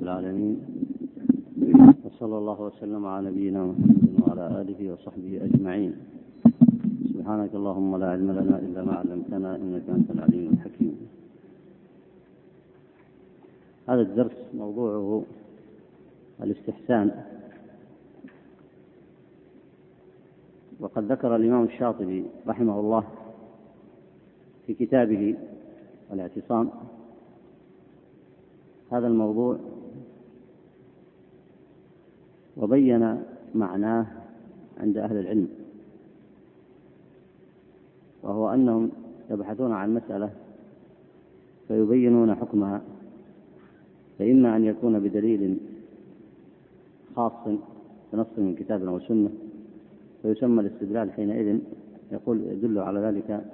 رب العالمين، وصلى الله وسلم على نبينا محمد وعلى آله وصحبه أجمعين. سبحانك اللهم لا علم لنا إلا ما علمتنا إنك أنت العليم الحكيم. هذا الدرس موضوعه الاستحسان، وقد ذكر الإمام الشاطبي رحمه الله في كتابه الاعتصام هذا الموضوع، وبين معناه عند أهل العلم، وهو أنهم يبحثون عن مسألة فيبينون حكمها، فإما أن يكون بدليل خاص بنص من كتاب أو سنة فيسمى الاستدلال حينئذ يدل على ذلك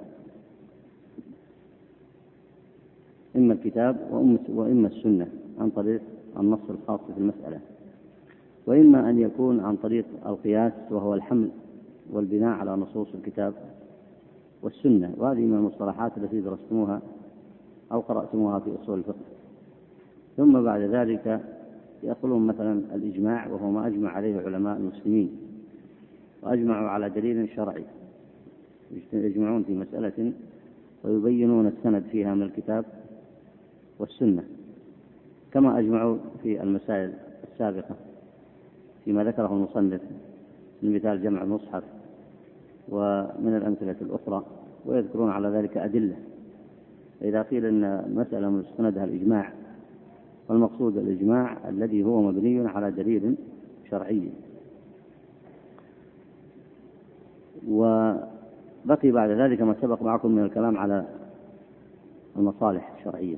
إما الكتاب وإما السنة عن طريق النص الخاص في المسألة، وإما أن يكون عن طريق القياس وهو الحمل والبناء على نصوص الكتاب والسنة. وهذه من المصطلحات التي درستموها أو قرأتموها في أصول الفقه. ثم بعد ذلك يقولون مثلا الإجماع، وهو ما أجمع عليه علماء المسلمين وأجمعوا على دليل شرعي، يجمعون في مسألة ويبينون السند فيها من الكتاب والسنة، كما أجمعوا في المسائل السابقة فيما ذكره المصنف من مثال جمع المصحف ومن الأمثلة الأخرى، ويذكرون على ذلك أدلة. إذا قيل أن مسألة مستندها الإجماع، فالمقصود الإجماع الذي هو مبني على دليل شرعي. وبقي بعد ذلك ما سبق معكم من الكلام على المصالح الشرعية.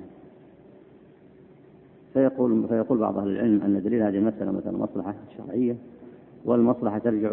فيقول بعض أهل العلم أن دليل هذه المسألة مثلا مصلحة شرعية، والمصلحة ترجع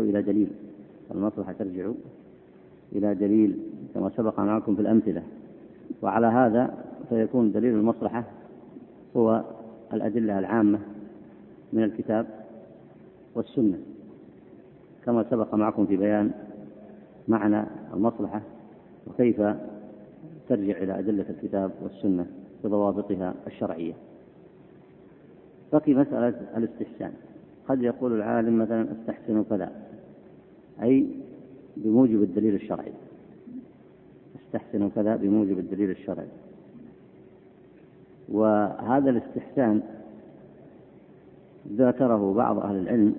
إلى دليل كما سبق معكم في الأمثلة. وعلى هذا فيكون دليل المصلحة هو الأدلة العامة من الكتاب والسنة، كما سبق معكم في بيان معنى المصلحة وكيف ترجع إلى أدلة الكتاب والسنة بضوابطها الشرعية. بقي مسألة الاستحسان. قد يقول العالم مثلا استحسن كذا، أي بموجب الدليل الشرعي، استحسن كذا بموجب الدليل الشرعي. وهذا الاستحسان ذكره بعض أهل العلم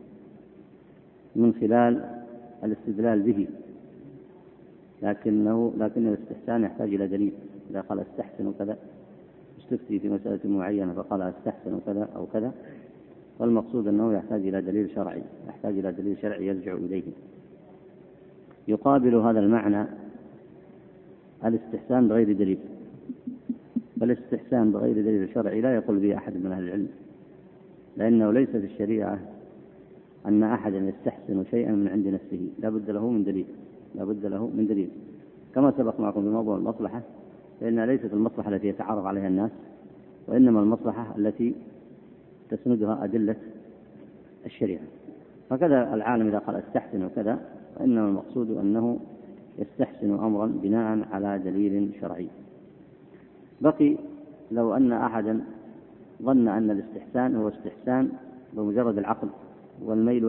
من خلال الاستدلال به، لكن الاستحسان يحتاج إلى دليل. إذا قال استحسن كذا، استفتي في مسألة معينة فقال استحسن كذا أو كذا، والمقصود أنه يحتاج إلى دليل شرعي يرجع إليه. يقابل هذا المعنى الاستحسان بغير دليل، فالاستحسان بغير دليل شرعي لا يقول به أحد من أهل العلم، لأنه ليس في الشريعة أن أحدا يستحسن شيئا من عند نفسه، لا بد له من دليل. كما سبق معكم بموضوع المصلحة، فإنها ليست المصلحة التي يتعارض عليها الناس، وإنما المصلحة التي تسندها أدلة الشريعة. فكذا العالم إذا قال استحسن وكذا، فإنما المقصود أنه يستحسن أمرا بناء على دليل شرعي. بقي لو أن أحدا ظن أن الاستحسان هو استحسان بمجرد العقل والميل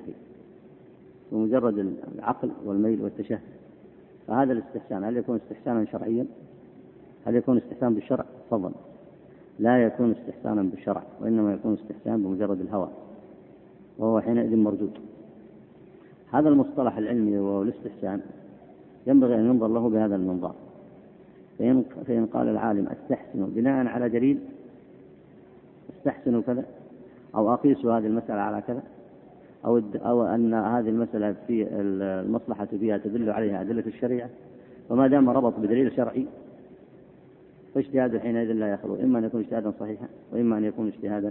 والتشهي، فهذا الاستحسان هل يكون استحسانا شرعيا؟ هل يكون استحسان بالشرع؟ تفضل. لا يكون استحسانا بالشرع، وإنما يكون استحسان بمجرد الهوى، وهو حينئذ مردود. هذا المصطلح العلمي وهو الاستحسان ينبغي أن ينظر له بهذا المنظار. فإن قال العالم استحسن بناء على دليل، استحسن كذا، أو أقيس هذه المسألة على كذا، أو أن هذه المسألة في المصلحة فيها تدل عليها أدلة الشريعة، وما دام ربط بدليل شرعي فاجتهاد حينئذ لا يخلو، إما أن يكون اجتهادا صحيحا، وإما أن يكون اجتهادا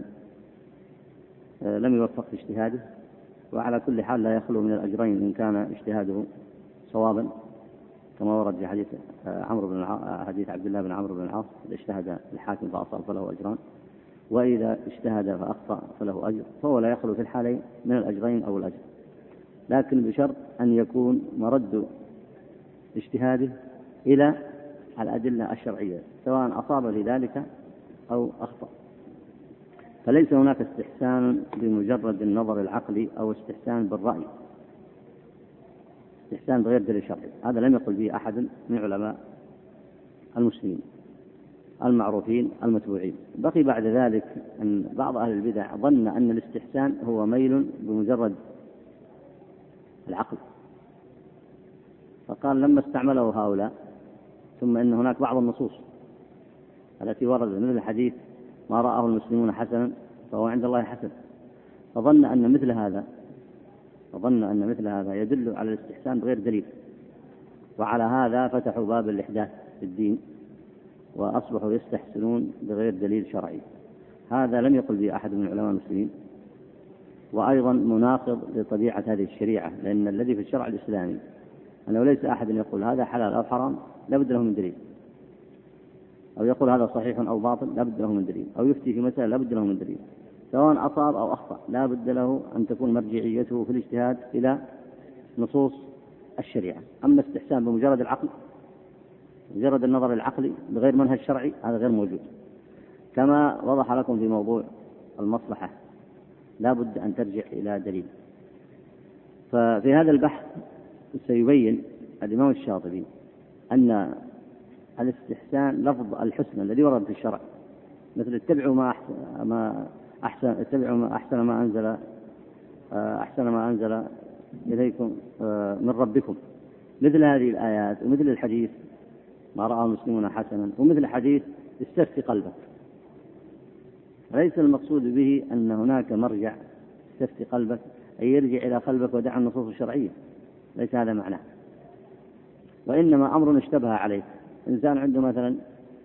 لم يوفق في اجتهاده. وعلى كل حال لا يخلو من الأجرين إن كان اجتهاده صوابا، كما ورد في حديث عبد الله بن عمرو بن العاص: إذا اجتهد الحاكم فأصاب فله أجران، وإذا اجتهد فأخطأ فله أجر. فهو لا يخلو في الحالين من الأجرين أو الأجر، لكن بشرط أن يكون مرد اجتهاده إلى الأدلة الشرعية، سواء أصاب لذلك أو أخطأ. فليس هناك استحسان بمجرد النظر العقلي أو استحسان بالرأي، استحسان بغير دليل شرعي، هذا لم يقل به أحد من علماء المسلمين المعروفين المتبوعين. بقي بعد ذلك أن بعض أهل البدع ظن أن الاستحسان هو ميل بمجرد العقل، فقال لما استعمله هؤلاء ثم إن هناك بعض النصوص التي وردت مثل الحديث ما رآه المسلمون حسنا فهو عند الله حسن، فظن أن مثل هذا يدل على الاستحسان بغير دليل، وعلى هذا فتحوا باب الإحداث في الدين وأصبحوا يستحسنون بغير دليل شرعي. هذا لم يقل به أحد من علماء المسلمين، وأيضا مناقض لطبيعة هذه الشريعة، لأن الذي في الشرع الإسلامي أنه ليس أحد يقول هذا حلال أو حرام لابد له من دليل، أو يقول هذا صحيح أو باطل لابد له من دليل، أو يفتي في مسألة لابد له من دليل، سواء أصاب أو أخطأ لابد له أن تكون مرجعيته في الاجتهاد إلى نصوص الشريعة. أما استحسان بمجرد العقل، مجرد النظر العقلي بغير منهج شرعي، هذا غير موجود. كما وضح لكم في موضوع المصلحة لابد أن ترجع إلى دليل. ففي هذا البحث سيبين الإمام الشاطبي أن الاستحسان لفظ الحسن الذي ورد في الشرع، مثل اتبعوا ما أحسن ما أنزل إليكم من ربكم، مثل هذه الآيات ومثل الحديث ما رأى المسلمون حسنا، ومثل حديث استفتي قلبك. ليس المقصود به أن هناك مرجع استفتي قلبك أي يرجع إلى قلبك ودع النصوص الشرعية، ليس هذا معناه، وإنما أمر اشتبه عليه. إنسان عنده مثلا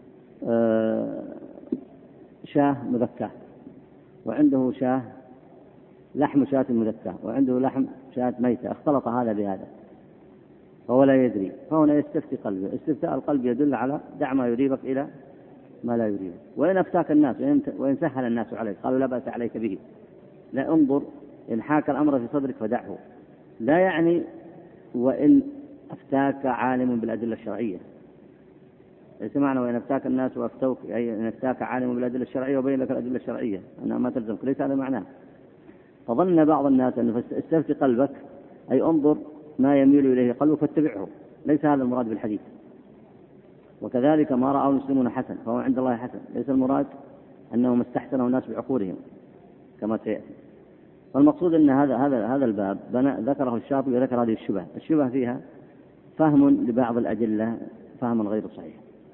شاة مذكاة، وعنده لحم شاة مذكاة، وعنده لحم شاة ميتة، اختلط هذا بهذا فهو لا يدري، فهنا يستفتي قلبه. استفتاء القلب يدل على دع ما يريبك إلى ما لا يريبك. وإن أفتاك الناس وإن سهل الناس عليك قالوا لا بأس عليك به، لا، انظر إن حاك الأمر في صدرك فدعه، لا يعني وإن أفتاك عالم بالأدلة الشرعية، ليس معنى وإن أفتاك الناس وأفتوك أي إن أفتاك عالم بالأدلة الشرعية وبين لك الأدلة الشرعية أنها ما تلزمك، ليس هذا معناه. فظن بعض الناس أن استفتي قلبك أي انظر ما يميل إليه قلبك فاتبعه، ليس هذا المراد بالحديث. وكذلك ما رأى المسلمون حسن فهو عند الله حسن، ليس المراد أنهم استحسنوا الناس بعقولهم كما سيأتي. فالمقصود أن هذا الباب ذكره الشاطبي وذكر هذه الشبهة فيها فهم لبعض الأدلة فهم غير صحيح،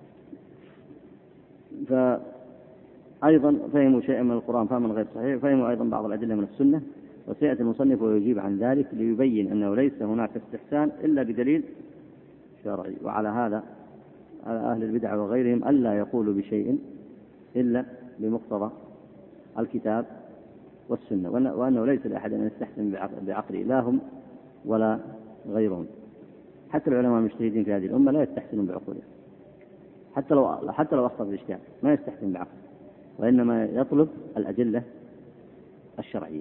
فأيضا فهموا شيئا من القرآن فهم غير صحيح، فهموا أيضا بعض الأدلة من السنة. وسيأتي المصنف ويجيب عن ذلك ليبين أنه ليس هناك استحسان إلا بدليل شرعي. وعلى هذا على أهل البدع وغيرهم ألا يقولوا بشيء إلا بمقتضى الكتاب والسنة، وأنه ليس لأحد أن يستحسن بعقله، لا هم ولا غيرهم. حتى العلماء المجتهدين في هذه الأمة لا يستحسنون بعقولهم، حتى لو أخطأ بالاجتهاد ما يستحسن بعقله، وإنما يطلب الأدلة الشرعية.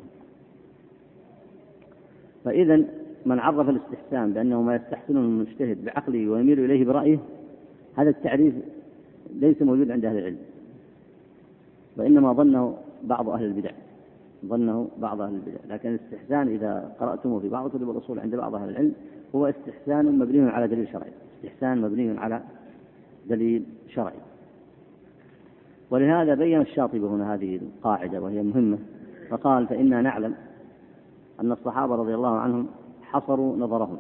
فإذا من عرف الاستحسان بأنه ما يستحسنه المجتهد بعقله ويميل إليه برأيه، هذا التعريف ليس موجود عند أهل العلم، وإنما ظنه بعض أهل البدع. لكن الاستحسان إذا قرأتمه في بعض كتب الأصول عند بعض أهل العلم هو استحسان مبني على دليل شرعي، استحسان مبني على دليل شرعي. ولهذا بين الشاطبي هنا هذه القاعدة وهي مهمة، فقال فإنا نعلم أن الصحابة رضي الله عنهم حصروا نظرهم،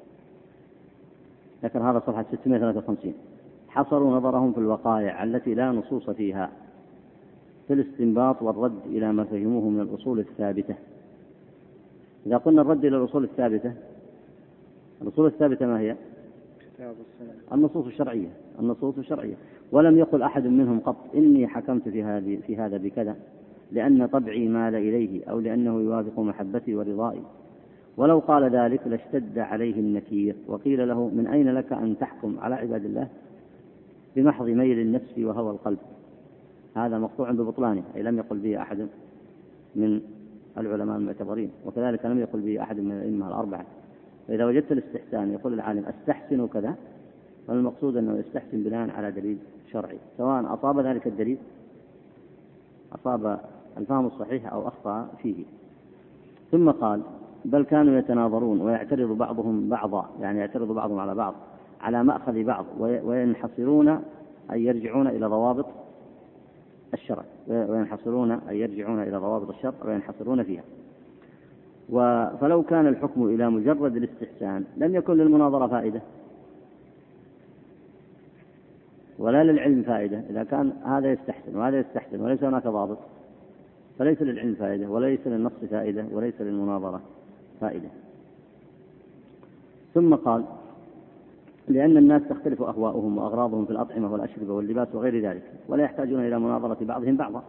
ذكر هذا صفحة 653، حصروا نظرهم في الوقائع التي لا نصوص فيها في الاستنباط والرد إلى ما فهموه من الأصول الثابتة. إذا قلنا الرد إلى الأصول الثابتة، الأصول الثابتة ما هي؟ النصوص الشرعية. ولم يقل أحد منهم قط إني حكمت في هذا بكذا لأن طبعي مال إليه أو لأنه يوافق محبتي ورضائي. ولو قال ذلك لاشتد عليه النكير وقيل له من أين لك أن تحكم على عباد الله بمحض ميل النفس وهوى القلب؟ هذا مقطوع ببطلانه، أي لم يقل به أحد من العلماء المعتبرين، وكذلك لم يقل به أحد من الأئمة الأربعة. فإذا وجدت الاستحسان يقول العالم أستحسن كذا، فالمقصود أنه يستحسن بناء على دليل شرعي، سواء أصاب ذلك الدليل، أصاب الفهم الصحيح أو أخطأ فيه. ثم قال: بل كانوا يتناظرون ويعترض بعضهم بعضا، يعني يعترض بعضهم على بعض على مأخذ بعض، وينحصرون أن يرجعون إلى ضوابط الشرع، وينحصرون فيها. فلو كان الحكم إلى مجرد الاستحسان لم يكن للمناظرة فائدة ولا للعلم فائدة. إذا كان هذا يستحسن وهذا يستحسن وليس هناك ضابط، فليس للعلم فائدة وليس للنص فائدة وليس للمناظرة فائدة. ثم قال: لأن الناس تختلف أهواؤهم وأغراضهم في الأطعمة والأشربة واللباس وغير ذلك، ولا يحتاجون إلى مناظرة بعضهم بعضا.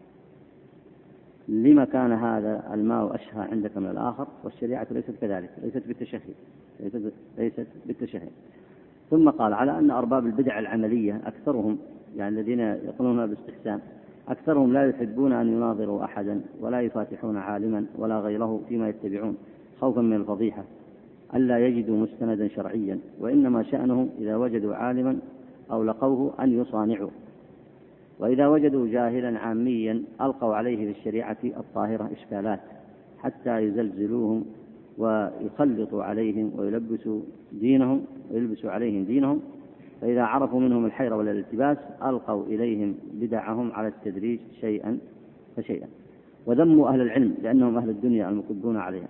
لما كان هذا الماء أشهى عندك من الآخر؟ والشريعة ليست كذلك، ليست بالتشهي. ثم قال: على أن أرباب البدع العملية أكثرهم، يعني الذين يقولون بالاستحسان، أكثرهم لا يحبون أن يناظروا أحدا ولا يفاتحون عالما ولا غيره فيما يتبعون، خوفا من الفضيحة ألا يجدوا مستندا شرعيا، وإنما شأنهم إذا وجدوا عالما أو لقوه أن يصانعوا، وإذا وجدوا جاهلا عاميا ألقوا عليه في الشريعة الطاهرة إشكالات حتى يزلزلوهم ويخلطوا عليهم ويلبسوا عليهم دينهم، فإذا عرفوا منهم الحيرة والالتباس ألقوا إليهم بدعهم على التدريج شيئا فشيئا، وذموا أهل العلم لأنهم أهل الدنيا المكبون عليها.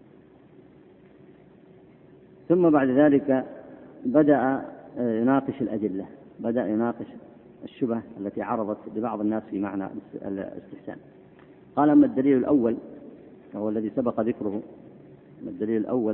ثم بعد ذلك بدأ يناقش الأدلة، بدأ يناقش الشبه التي عرضت لبعض الناس في معنى الاستحسان. قال: أما الدليل الأول وهو الذي سبق ذكره، الدليل الأول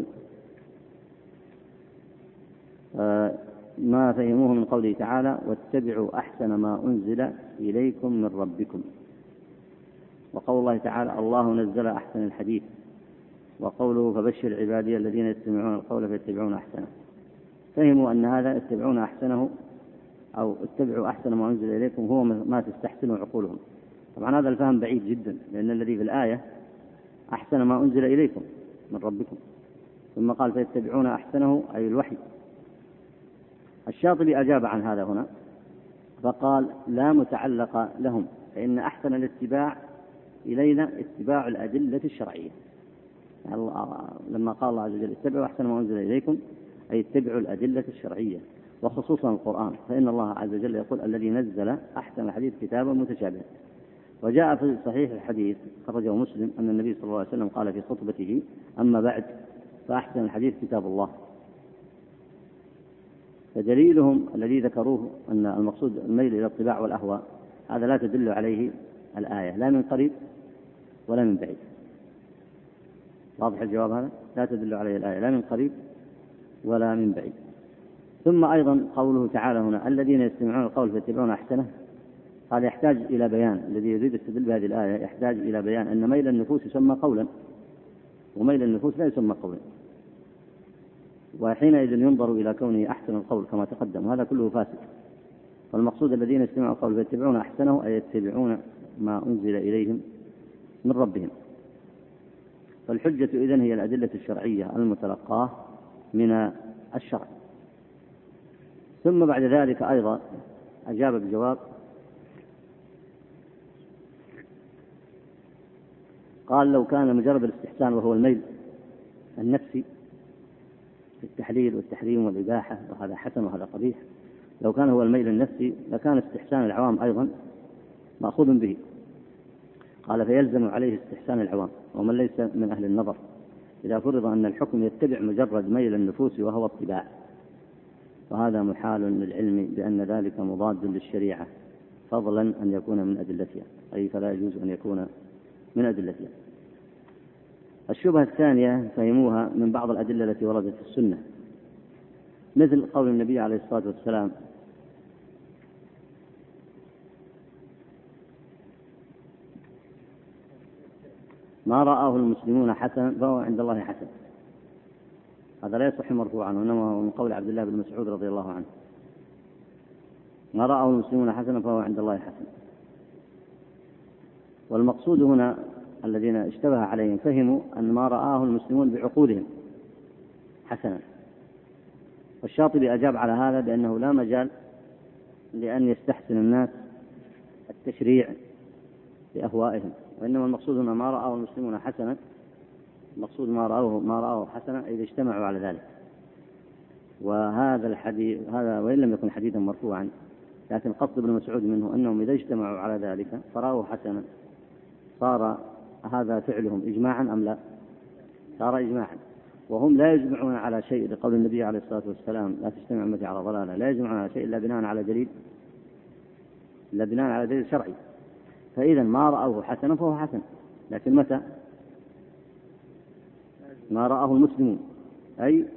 ما فهموه من قوله تعالى: واتبعوا أحسن ما أنزل إليكم من ربكم، وقول الله تعالى: الله نزل أحسن الحديث، وقوله: فبشر عبادي الذين يستمعون القول فيتبعون أحسنه. فهموا أن هذا اتبعون أحسنه أو اتبعوا أحسن ما أنزل إليكم هو ما تستحسنه عقولهم. طبعا هذا الفهم بعيد جدا، لأن الذي في الآية أحسن ما أنزل إليكم من ربكم، ثم قال: فيتبعون أحسنه أي الوحي. الشاطبي أجاب عن هذا هنا فقال: لا متعلق لهم، فإن أحسن الاتباع إلينا اتباع الأدلة الشرعية. يعني لما قال الله عز وجل: اتبعوا أحسن ما أنزل إليكم، أي اتبعوا الأدلة الشرعية، وخصوصا القرآن، فإن الله عز وجل يقول: الذي نزل أحسن الحديث كتابا متشابها. وجاء في صحيح الحديث خرجه مسلم أن النبي صلى الله عليه وسلم قال في خطبته: أما بعد فأحسن الحديث كتاب الله. فدليلهم الذي ذكروه أن المقصود الميل إلى الطباع والأهواء، هذا لا تدل عليه الآية لا من قريب ولا من بعيد. واضح الجواب هذا؟ لا تدل عليه الآية لا من قريب ولا من بعيد. ثم أيضا قوله تعالى هنا: الذين يستمعون القول فيتبعون أحسنه، قال يحتاج إلى بيان، الذي يريد استدل بهذه الآية يحتاج إلى بيان أن ميل النفوس يسمى قولا، وميل النفوس لا يسمى قولا، وحينئذ ينظر إلى كونه أحسن القول كما تقدم، وهذا كله فاسد. فالمقصود الذين يستمعون القول فيتبعون أحسنه أي يتبعون ما أنزل إليهم من ربهم. فالحجة إذن هي الأدلة الشرعية المتلقاة من الشرع. ثم بعد ذلك أيضا أجاب بجواب، قال: لو كان مجرد الاستحسان وهو الميل النفسي في التحليل والتحريم والإباحة، وهذا حسن وهذا قبيح، لو كان هو الميل النفسي لكان استحسان العوام أيضا مأخوذ به. قال: فيلزم عليه استحسان العوام ومن ليس من أهل النظر إذا فرض أن الحكم يتبع مجرد ميل النفوس وهو الطباع، وهذا محال للعلم بأن ذلك مضاد للشريعة، فضلا أن يكون من أدلتها، أي فلا يجوز أن يكون من أدلتها. الشبهة الثانية فهموها من بعض الأدلة التي وردت في السنة، مثل قول النبي عليه الصلاة والسلام: ما رآه المسلمون حسنا فهو عند الله حسن. هذا لا يصح مرفوعا، وإنما هو من قول عبد الله بن مسعود رضي الله عنه: ما رآه المسلمون حسنا فهو عند الله حسن. والمقصود هنا الذين اشتبه عليهم فهموا أن ما رآه المسلمون بعقولهم حسنا. والشاطبي أجاب على هذا بأنه لا مجال لأن يستحسن الناس التشريع بأهوائهم، وإنما المقصود هنا ما رأه المسلمون حسنا، المقصود ما رأوه حسنا إذا اجتمعوا على ذلك. وهذا الحديث هذا وإن لم يكن حديثا مرفوعا، لكن قصد ابن مسعود منه أنهم إذا اجتمعوا على ذلك فرأوه حسنا صار هذا فعلهم إجماعا أم لا؟ صار إجماعا. وهم لا يجمعون على شيء لقول النبي عليه الصلاة والسلام لا تجتمع أمتي على ضلالة، لا يجمعون على شيء إلا بناء على دليل شرعي. فإذا ما رأوه حسنا فهو حسن، لكن متى؟ ما رأه المسلمون، أي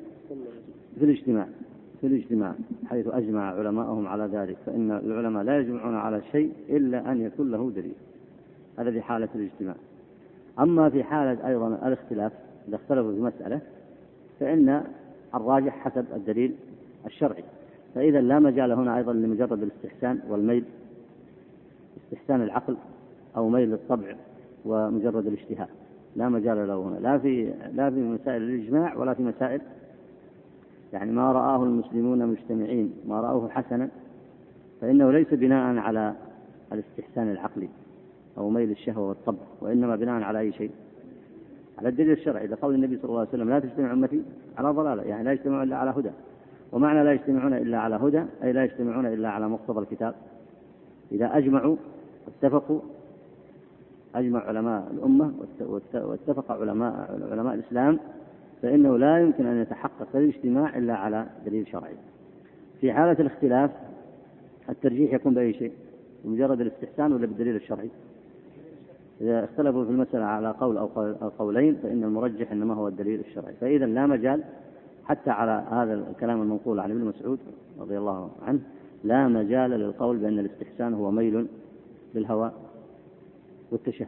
في الاجتماع حيث أجمع علماءهم على ذلك، فإن العلماء لا يجمعون على شيء إلا أن يكون له دليل، هذا في حالة الاجتماع. أما في حالة أيضا الاختلاف، إذا اختلفوا في مسألة فإن الراجح حسب الدليل الشرعي، فإذا لا مجال هنا أيضا لمجرد الاستحسان والميل، استحسان العقل أو ميل الطبع ومجرد الاشتهاء، لا مجال له هنا، لا في مسائل الإجماع ولا في مسائل يعني ما رآه المسلمون مجتمعين ما رأوه حسنا، فإنه ليس بناء على الاستحسان العقلي أو ميل الشهوة والطبع، وإنما بناء على أي شيء؟ على الدليل الشرعي، لقول النبي صلى الله عليه وسلم لا تجتمع أمتي على ضلالة، يعني لا يجتمعون إلا على هدى. ومعنى لا يجتمعون إلا على هدى أي لا يجتمعون إلا على مقتضى الكتاب. إذا أجمعوا واتفقوا، أجمع علماء الأمة واتفق علماء الإسلام، فإنه لا يمكن أن يتحقق الاجتماع إلا على دليل شرعي. في حالة الاختلاف الترجيح يكون بأي شيء؟ بمجرد الاستحسان ولا بالدليل الشرعي؟ إذا اختلفوا في المسألة على قول أو قولين فإن المرجح إنما هو الدليل الشرعي. فإذا لا مجال حتى على هذا الكلام المنقول عن ابن مسعود رضي الله عنه، لا مجال للقول بأن الاستحسان هو ميل للهوى والتشهي.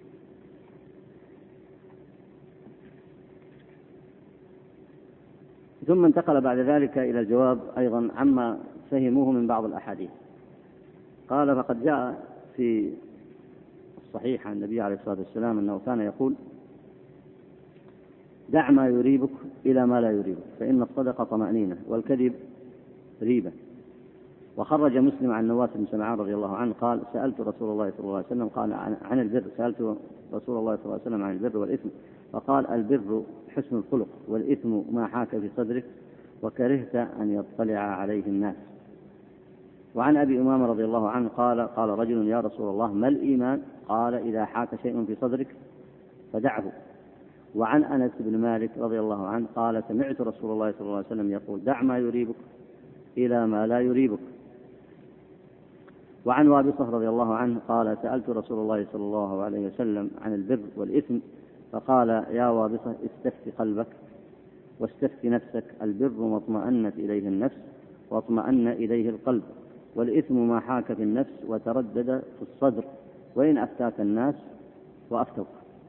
ثم انتقل بعد ذلك إلى الجواب أيضا عما فهموه من بعض الأحاديث. قال فقد جاء في الصحيح عن النبي عليه الصلاة والسلام أنه كان يقول دع ما يريبك إلى ما لا يريبك، فإن الصدق طمأنينة والكذب ريبة. وخرج مسلم عن نواس بن سمعان رضي الله عنه قال سألت رسول الله صلى الله عليه وسلم قال عن البر، سألت رسول الله صلى الله عليه وسلم عن البر والإثم، فقال البر حسن الخلق والإثم ما حاك في صدرك وكرهت أن يطلع عليه الناس. وعن أبي أمامة رضي الله عنه قال قال رجل يا رسول الله ما الإيمان؟ قال إذا حاك شيء في صدرك فدعه. وعن أنس بن مالك رضي الله عنه قال سمعت رسول الله صلى الله عليه وسلم يقول دع ما يريبك إلى ما لا يريبك. وعن وابصة رضي الله عنه قال سألت رسول الله صلى الله عليه وسلم عن البر والإثم، فقال يا وابصة استفت قلبك واستفت نفسك، البر ما اطمأنت إليه النفس واطمأن إليه القلب، والإثم ما حاك في النفس وتردد في الصدر وإن أفتاك الناس وأفتوك.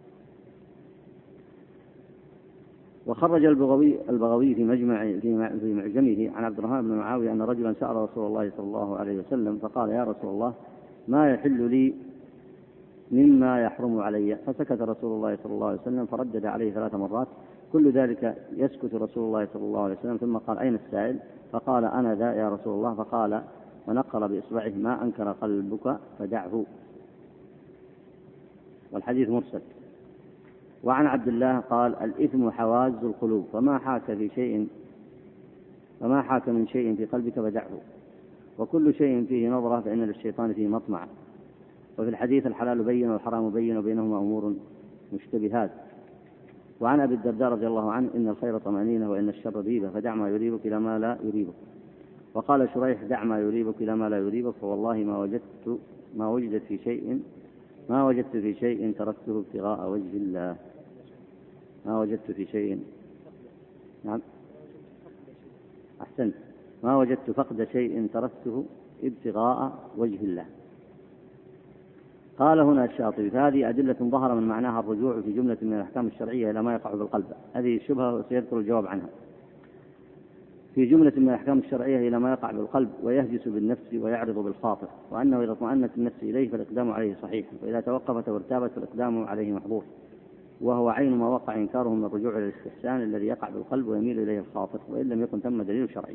وخرج البغوي في معجمه عن عبد الرحمن بن معاوية أن رجلا سأل رسول الله صلى الله عليه وسلم فقال يا رسول الله ما يحل لي مما يحرم علي؟ فسكت رسول الله صلى الله عليه وسلم فردد عليه 3 مرات، كل ذلك يسكت رسول الله صلى الله عليه وسلم، ثم قال أين السائل؟ فقال أنا ذا يا رسول الله، فقال ونقر بإصبعه ما أنكر قلبك فدعه. والحديث مرسل. وعن عبد الله قال الإثم حواز القلوب فما حاك من شيء في قلبك فدعه، وكل شيء فيه نظرة فإن للشيطان فيه مطمع. وفي الحديث الحلال بين والحرام بين وبينهما أمور مشتبهات. وعن أبي الدرداء رضي الله عنه إن الخير طمأنينة وإن الشر ريبة، فدع ما يريبك إلى ما لا يريبك. وقال شريح دع ما يريبك إلى ما لا يريبك، فوالله ما وجدت في شيء تركته ابتغاء وجه الله. ما وجدت في شيء، نعم أحسنت، ما وجدت فقد شيء تركته ابتغاء وجه الله. قال هنا الشاطبي فهذه أدلة ظهر من معناها الرجوع في جملة من الأحكام الشرعية إلى ما يقع بالقلب. هذه الشبهة وسيذكر الجواب عنها. في جملة من الأحكام الشرعية إلى ما يقع بالقلب ويهجس بالنفس ويعرض بالخاطر، وأنه إذا اطمأنت النفس إليه فالإقدام عليه صحيح، وإذا توقفت وارتابت فالإقدام عليه محظور، وهو عين ما وقع إنكاره من الرجوع إلى الاستحسان الذي يقع بالقلب ويميل إليه الخاطر، وإن لم يكن ثم دليل شرعي.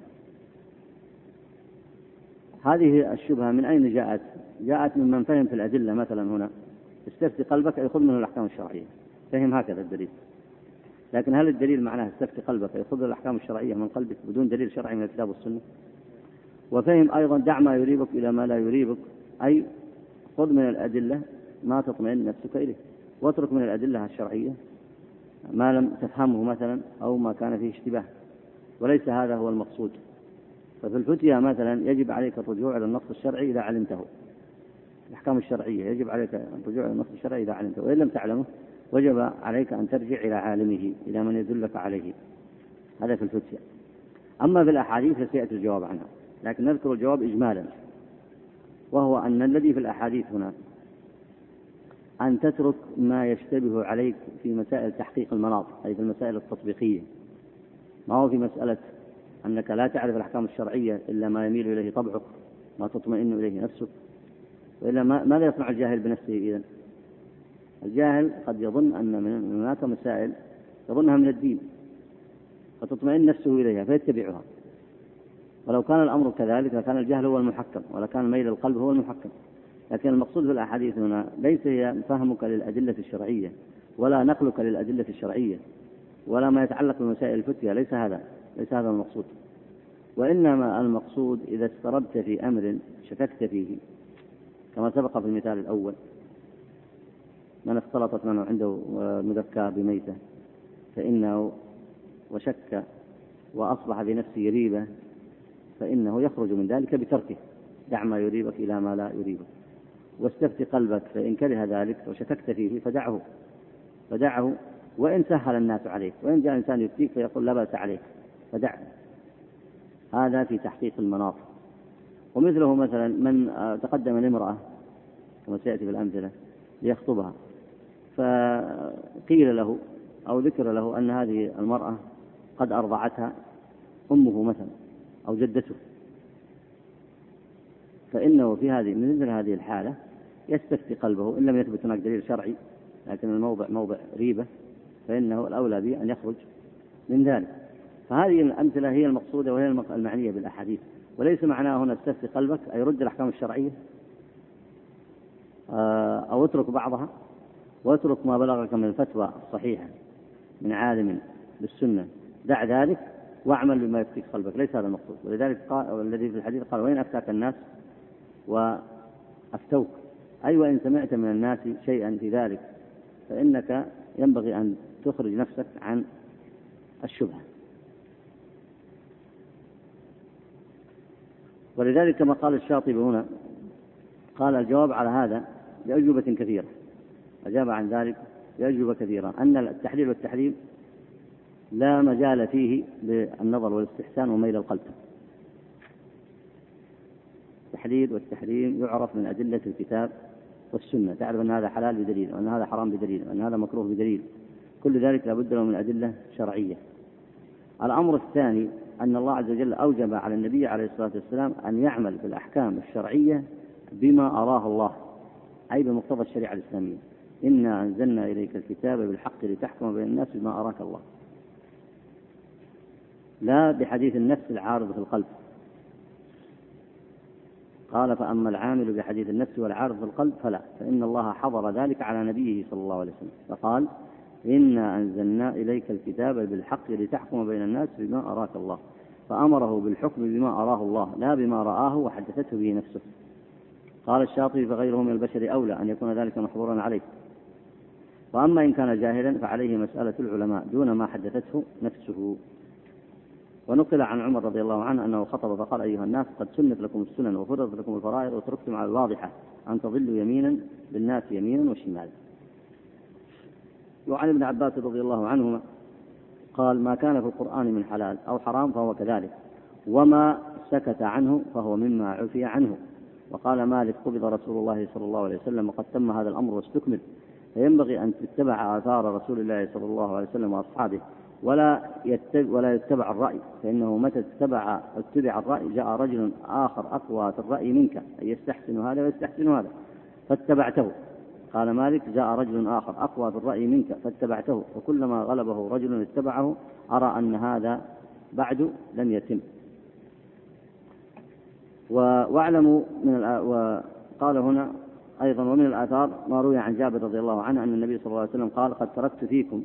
هذه الشبهة من أين جاءت؟ جاءت ممن فهم في الأدلة مثلا هنا استفتي قلبك أي خذ منه الأحكام الشرعية، فهم هكذا الدليل. لكن هل الدليل معناه استفتي قلبك أي خذ الأحكام الشرعية من قلبك بدون دليل شرعي من الكتاب والسنة؟ وفهم أيضا دع ما يريبك إلى ما لا يريبك، أي خذ من الأدلة ما تطمئن نفسك إليه، واترك من الأدلة الشرعية ما لم تفهمه مثلا أو ما كان فيه اشتباه، وليس هذا هو المقصود. ففي الفتية مثلا يجب عليك الرجوع إلى النص الشرعي إذا علمته، الأحكام الشرعية يجب عليك الرجوع إلى النص الشرعي إذا علمته، وإن لم تعلمه وجب عليك أن ترجع إلى عالمه، إلى من يدلك عليه. هذا في الفتية. أما في الأحاديث فسيأتي الجواب عنها، لكن نذكر الجواب إجمالا، وهو أن الذي في الأحاديث هنا أن تترك ما يشتبه عليك في مسائل تحقيق المناط، أي في المسائل التطبيقية، ما هو في مسألة أنك لا تعرف الأحكام الشرعية إلا ما يميل إليه طبعك، ما تطمئن إليه نفسك، وإلا ماذا يصنع الجاهل بنفسه إذن؟ الجاهل قد يظن أن من هناك مسائل يظنها من الدين فتطمئن نفسه إليها فيتبعها، ولو كان الأمر كذلك لكان الجهل هو المحكم ولكان ميل القلب هو المحكم. لكن المقصود في الأحاديث هنا ليس هي فهمك للأدلة الشرعية ولا نقلك للأدلة الشرعية ولا ما يتعلق بمسائل الفتية، ليس هذا المقصود، وإنما المقصود إذا استردت في أمر شككت فيه، كما سبق في المثال الأول، من اختلطت منه عنده مذكى بميتة فإنه وشك وأصبح بنفسه ريبة، فإنه يخرج من ذلك بتركه، دع ما يريبك إلى ما لا يريبك، واستفتي قلبك فإن كره ذلك وشككت فيه فدعه وإن سهل الناس عليك، وإن جاء إنسان يفتيك فيقول لا بأس عليك فدعه. هذا في تحقيق المناط. ومثله مثلا من تقدم لامرأة كما سيأتي في الأمثلة ليخطبها، فقيل له أو ذكر له أن هذه المرأة قد أرضعتها أمه مثلا أو جدته، فإنه في مثل هذه الحالة يستفتي قلبه، إن لم يثبت هناك دليل شرعي لكن الموضع موضع ريبة، فإنه الأولى به أن يخرج من ذلك. فهذه الأمثلة هي المقصودة وهي المعنية بالأحاديث، وليس معناه هنا استفتي قلبك أي رد الأحكام الشرعية أو اترك بعضها واترك ما بلغك من الفتوى الصحيحة من عالم بالسنة، دع ذلك واعمل بما يفتيك قلبك، ليس هذا المقصود. ولذلك الذي في الحديث قال وإن أفتاك الناس وأفتوك، أي وإن سمعت من الناس شيئا في ذلك فإنك ينبغي أن تخرج نفسك عن الشبهة. ولذلك كما قال الشاطبي هنا قال الجواب على هذا بأجوبة كثيرة، أجاب عن ذلك بأجوبة كثيرة، أن التحليل والتحريم لا مجال فيه بالنظر والاستحسان وميل القلب. التحليل والتحريم يعرف من أدلة الكتاب والسنة، تعرف أن هذا حلال بدليل وأن هذا حرام بدليل وأن هذا مكروه بدليل، كل ذلك لابد له من أدلة شرعية. الأمر الثاني أن الله عز وجل أوجب على النبي عليه الصلاة والسلام أن يعمل بالأحكام الشرعية بما أراه الله، أي بمقتضى الشريعة الإسلامية، إنا أنزلنا إليك الكتاب بالحق لتحكم بين الناس بما أراك الله، لا بحديث النفس العارض في القلب. قال فأما العامل بحديث النفس والعارض في القلب فلا، فإن الله حضر ذلك على نبيه صلى الله عليه وسلم فقال إنا أنزلنا إليك الكتاب بالحق لتحكم بين الناس بما أراك الله، فأمره بالحكم بما أراه الله لا بما رآه وحدثته به نفسه. قال الشاطبي فغيره من البشر أولى أن يكون ذلك محظورا عليه، وأما إن كان جاهلا فعليه مسألة العلماء دون ما حدثته نفسه. ونقل عن عمر رضي الله عنه أنه خطب فقال أيها الناس قد سنت لكم السنن وفرضت لكم الفرائض وتركتم على الواضحة أن تضلوا يمينا بالناس يمينا وشمالا. وعن ابن عباس رضي الله عنهما قال ما كان في القرآن من حلال أو حرام فهو كذلك، وما سكت عنه فهو مما عفي عنه. وقال مالك قبض رسول الله صلى الله عليه وسلم وقد تم هذا الأمر واستكمل، فينبغي أن تتبع آثار رسول الله صلى الله عليه وسلم وأصحابه ولا يتبع الرأي، فإنه متى اتبع الرأي جاء رجل آخر أقوى في الرأي منك أي يستحسن هذا ويستحسن هذا فاتبعته. قال مالك جاء رجل آخر أقوى في الرأي منك فاتبعته، وكلما غلبه رجل اتبعه أرى أن هذا بعد لم يتم. واعلموا وقال هنا أيضا ومن الآثار ما روي عن جابر رضي الله عنه أن النبي صلى الله عليه وسلم قال: قد تركت فيكم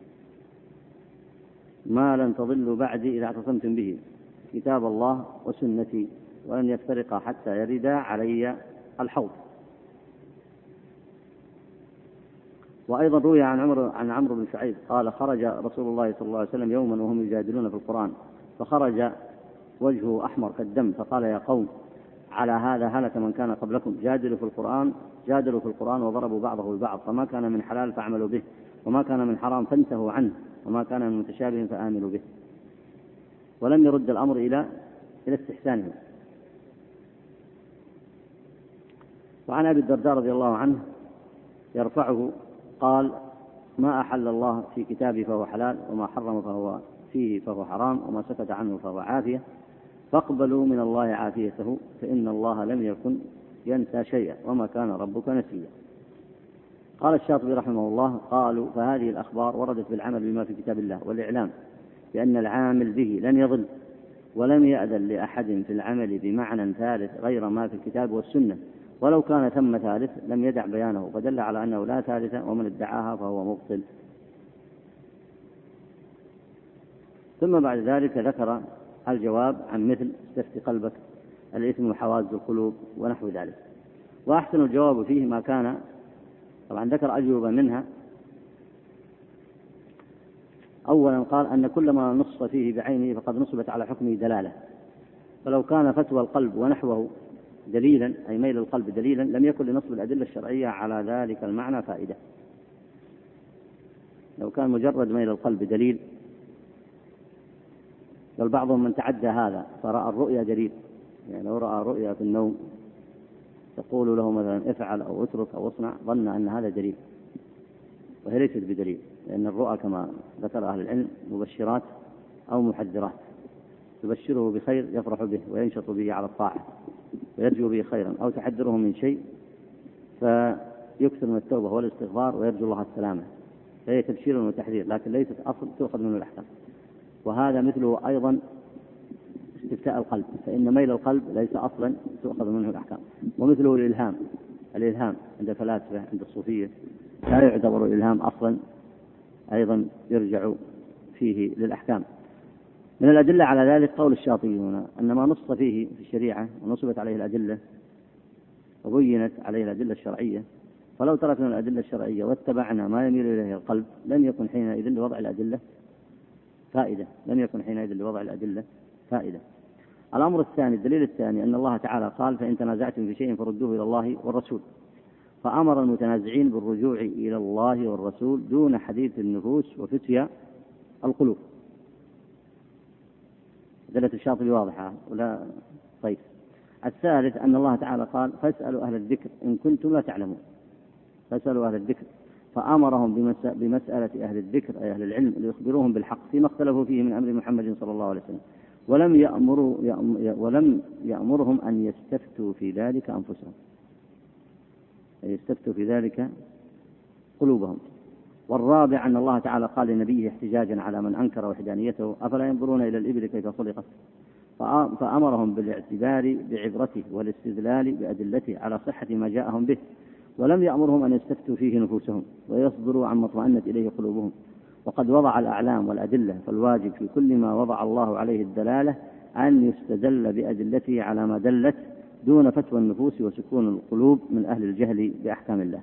ما لن تضلوا بعدي إذا اعتصمتم به، كتاب الله وسنتي، ولن يفترقا حتى يردا علي الحوض. وأيضا روي عن عمرو بن شعيب قال: خرج رسول الله صلى الله عليه وسلم يوما وهم يجادلون في القرآن، فخرج وجهه أحمر كالدم، فقال: يا قوم، على هذا هلك من كان قبلكم، جادلوا في القرآن وضربوا بعضه ببعض، فما كان من حلال فاعملوا به، وما كان من حرام فانتهوا عنه، وما كان من متشابه فآمنوا به. ولم يرد الأمر إلى استحسانه. وعن أبي الدرداء رضي الله عنه يرفعه قال: ما أحل الله في كتابه فهو حلال، وما حرم فهو فيه فهو حرام، وما سكت عنه فهو عافية، فاقبلوا من الله عافيته، فإن الله لم يكن ينسى شيئا، وما كان ربك نسيا. قال الشاطبي رحمه الله: قالوا: فهذه الأخبار وردت بالعمل بما في كتاب الله والإعلام بأن العامل به لن يضل، ولم يأذن لأحد في العمل بمعنى ثالث غير ما في الكتاب والسنة، ولو كان ثم ثالث لم يدع بيانه، فدل على أنه لا ثالث، ومن ادعاها فهو مبطل. ثم بعد ذلك ذكر الجواب عن مثل استفتي قلبك، الإثم وحواز القلوب ونحو ذلك. وأحسن الجواب فيه ما كان، طبعا ذكر أجوبة منها. أولا قال أن كل ما نص فيه بعينه فقد نصبت على حكمه دلالة، فلو كان فتوى القلب ونحوه دليلا، أي ميل القلب دليلا، لم يكن لنصب الأدلة الشرعية على ذلك المعنى فائدة. لو كان مجرد ميل القلب دليل، بل بعضهم من تعدى هذا فرأى الرؤيا دليل، يعني لو رأى رؤيا في النوم تقول له مثلا افعل أو اترك أو اصنع، ظن أن هذا دليل، وهي ليست بدليل، لأن الرؤى كما ذكر أهل العلم مبشرات أو محذرات، تبشره بخير يفرح به وينشط به على الطاعة ويرجو به خيرا، أو تحذره من شيء فيكثر من التوبة والاستغفار ويرجو الله السلامة، فهي تبشير وتحذير، لكن ليست أصل تؤخذ منه الأحكام. وهذا مثله أيضا استفتاء القلب، فإن ميل القلب ليس أصلا تؤخذ منه الأحكام. ومثله الإلهام عند الفلاسفة عند الصوفية لا يعتبر الإلهام أصلا، أيضا يرجع فيه للأحكام. من الأدلة على ذلك قول الشاطبي هنا أن ما نص فيه في الشريعة ونصبت عليه الأدلة وبينت عليه الأدلة الشرعية، فلو تركنا الأدلة الشرعية واتبعنا ما يميل إليه القلب لم يكن حينئذ لوضع الأدلة فائدة. الأمر الثاني، الدليل الثاني، أن الله تعالى قال: فإن تنازعتم في شيء فردوه إلى الله والرسول، فأمر المتنازعين بالرجوع إلى الله والرسول دون حديث النفوس وفتيا القلوب. دلة الشاطبي واضحة ولا؟ طيب. الثالث أن الله تعالى قال: فاسألوا أهل الذكر إن كنتم لا تعلمون، فاسألوا أهل الذكر، فأمرهم بمسألة أهل الذكر أي أهل العلم ليخبروهم بالحق فيما اختلفوا فيه من أمر محمد صلى الله عليه وسلم، ولم يأمرهم أن يستفتوا في ذلك أنفسهم، أي يستفتوا في ذلك قلوبهم. والرابع أن الله تعالى قال لنبيه احتجاجا على من أنكر وحدانيته: أفلا ينظرون إلى الإبل كيف خلقت، فأمرهم بالاعتبار بعبرته والاستدلال بأدلته على صحة ما جاءهم به، ولم يأمرهم أن يستفتوا فيه نفوسهم ويصدروا عما اطمأنت إليه قلوبهم. وقد وضع الأعلام والأدلة، فالواجب في كل ما وضع الله عليه الدلالة أن يستدل بأدلته على ما دلت دون فتوى النفوس وسكون القلوب من أهل الجهل بأحكام الله.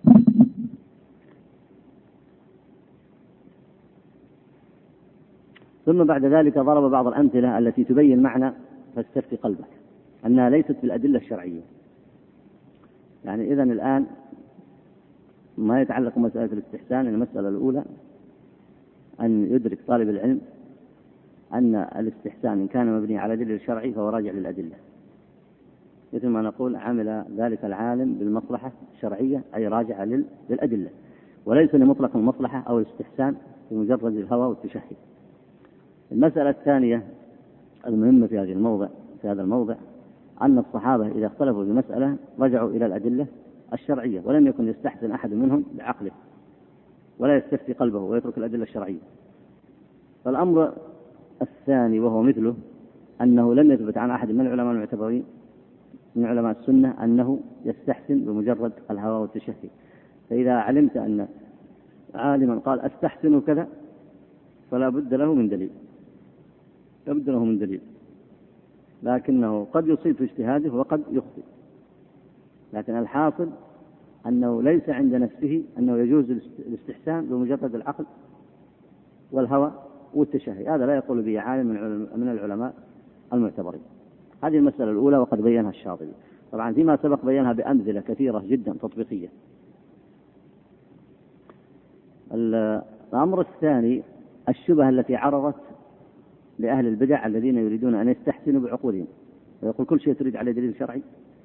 ثم بعد ذلك ضرب بعض الأمثلة التي تبين معنى فاستفتي قلبك أنها ليست في الأدلة الشرعية. يعني إذن الآن ما يتعلق بمسألة الاستحسان، المسألة الأولى أن يدرك طالب العلم أن الاستحسان إن كان مبني على دليل شرعي فهو راجع للأدلة، مثل ما نقول عمل ذلك العالم بالمصلحة الشرعية أي راجع للأدلة، وليس لمطلق المصلحة أو الاستحسان بمجرد الهوى والتشهي. المسألة الثانية المهمة في هذا الموضع أن الصحابة إذا اختلفوا في مسألة رجعوا إلى الأدلة الشرعية، ولم يكن يستحسن أحد منهم بعقله ولا يستفتي قلبه ويترك الأدلة الشرعية. فالأمر الثاني وهو مثله أنه لم يثبت عن أحد من العلماء المعتبرين من علماء السنة أنه يستحسن بمجرد الهوى والتشهي. فإذا علمت أن عالما قال أستحسن كذا فلا بد له من دليل، لا بد له من دليل، لكنه قد يصيب في اجتهاده وقد يخطئ. لكن الحاصل أنه ليس عند نفسه أنه يجوز الاستحسان بمجرد العقل والهوى والتشهي، هذا لا يقول به عالم من العلماء المعتبرين. هذه المسألة الأولى وقد بينها الشاطبي. طبعا فيما سبق بينها بأمثلة كثيرة جدا تطبيقية. الأمر الثاني الشبهة التي عرضت لأهل البدع الذين يريدون أن يستحسنوا بعقولهم، ويقول كل شيء تريد عليه دليل شرعي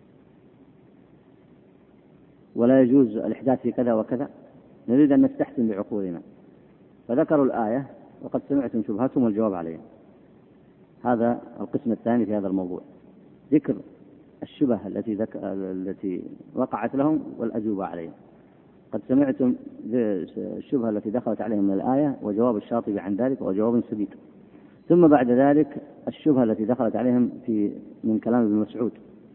ولا يجوز الإحداث في كذا وكذا، نريد أن نستحسن بعقولنا. فذكروا الآية وقد سمعتم شبهتهم والجواب عليها. هذا القسم الثاني في هذا الموضوع، ذكر الشبهة التي وقعت لهم والأجوبة عليها. قد سمعتم الشبهة التي دخلت عليهم من الآية وجواب الشاطبي عن ذلك وجواب سديد. ثم بعد ذلك الشبهة التي دخلت عليهم من كلام ابن مسعود،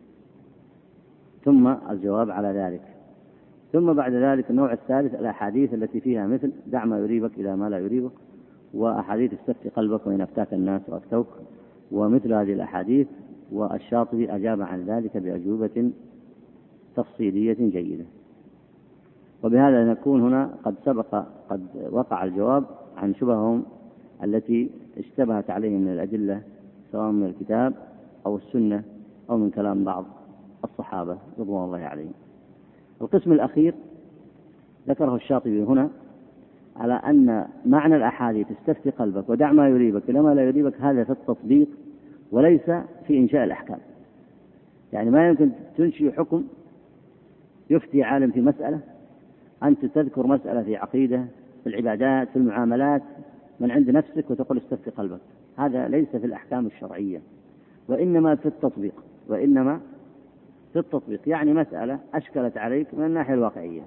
ثم الجواب على ذلك. ثم بعد ذلك النوع الثالث الأحاديث التي فيها مثل دع ما يريبك إلى ما لا يريبك، وأحاديث استفتي قلبك وإن أفتاك الناس وأفتوك، ومثل هذه الأحاديث. والشاطبي أجاب عن ذلك بأجوبة تفصيلية جيدة. وبهذا نكون هنا قد وقع الجواب عن شبههم التي اشتبهت عليهم من الأدلة، سواء من الكتاب أو السنة أو من كلام بعض الصحابة رضوان الله عليهم. القسم الأخير ذكره الشاطبي هنا على أن معنى الأحاديث استفتي قلبك ودع ما يريبك إلى ما لا يريبك هذا في التطبيق وليس في إنشاء الأحكام. يعني ما يمكن تنشئ حكم يفتي عالم في مسألة، أنت تذكر مسألة في عقيدة في العبادات في المعاملات من عند نفسك وتقول استفتي قلبك. هذا ليس في الأحكام الشرعية، وإنما في التطبيق. يعني مسألة أشكلت عليك من الناحية الواقعية،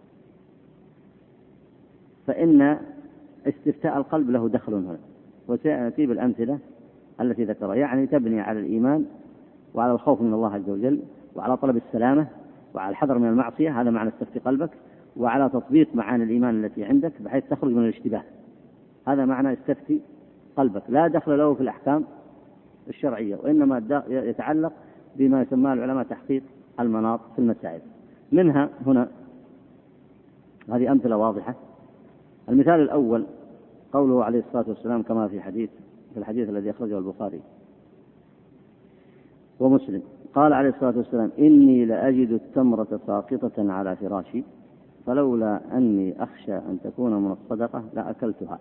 فإن استفتاء القلب له دخل هنا، وسيأتي بالأمثلة التي ذكرها. يعني تبني على الإيمان وعلى الخوف من الله عز وجل وعلى طلب السلامة وعلى الحذر من المعصية، هذا معنى استفتي قلبك، وعلى تطبيق معاني الإيمان التي عندك بحيث تخرج من الاشتباه، هذا معنى استفتي قلبك. لا دخل له في الأحكام الشرعية، وإنما يتعلق بما يسمى العلماء تحقيق المناط في المسائل. منها هنا هذه أمثلة واضحة. المثال الأول قوله عليه الصلاة والسلام كما في الحديث الذي أخرجه البخاري ومسلم، قال عليه الصلاة والسلام إني لأجد التمرة ساقطة على فراشي فلولا أني أخشى أن تكون من الصدقة لأكلتها.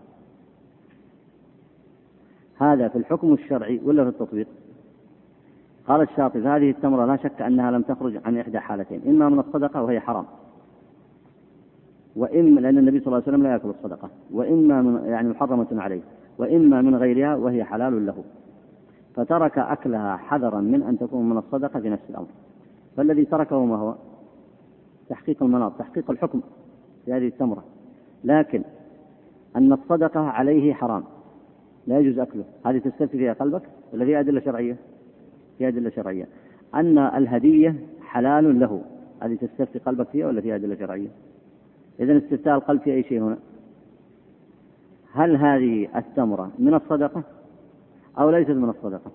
هذا في الحكم الشرعي ولا في التطبيق؟ قال الشاطبي هذه التمرة لا شك أنها لم تخرج عن إحدى حالتين، إما من الصدقة وهي حرام، وإما لأن النبي صلى الله عليه وسلم لا يأكل الصدقة، وإما يعني محرمة عليه، وإما من غيرها وهي حلال له، فترك أكلها حذرا من أن تكون من الصدقة في نفس الأمر. فالذي تركه ما هو؟ تحقيق المناط، تحقيق الحكم في هذه التمرة، لكن أن الصدقة عليه حرام لا يجوز أكله، هذه تستفتي فيها قلبك ولا فيها أدلة شرعية؟ فيها أدلة شرعية. أن الهدية حلال له، هذه تستفتي قلبك فيها ولا فيها أدلة شرعية؟ إذن استفتاء القلب في أي شيء هنا؟ هل هذه التمرة من الصدقة أو ليست من الصدقة؟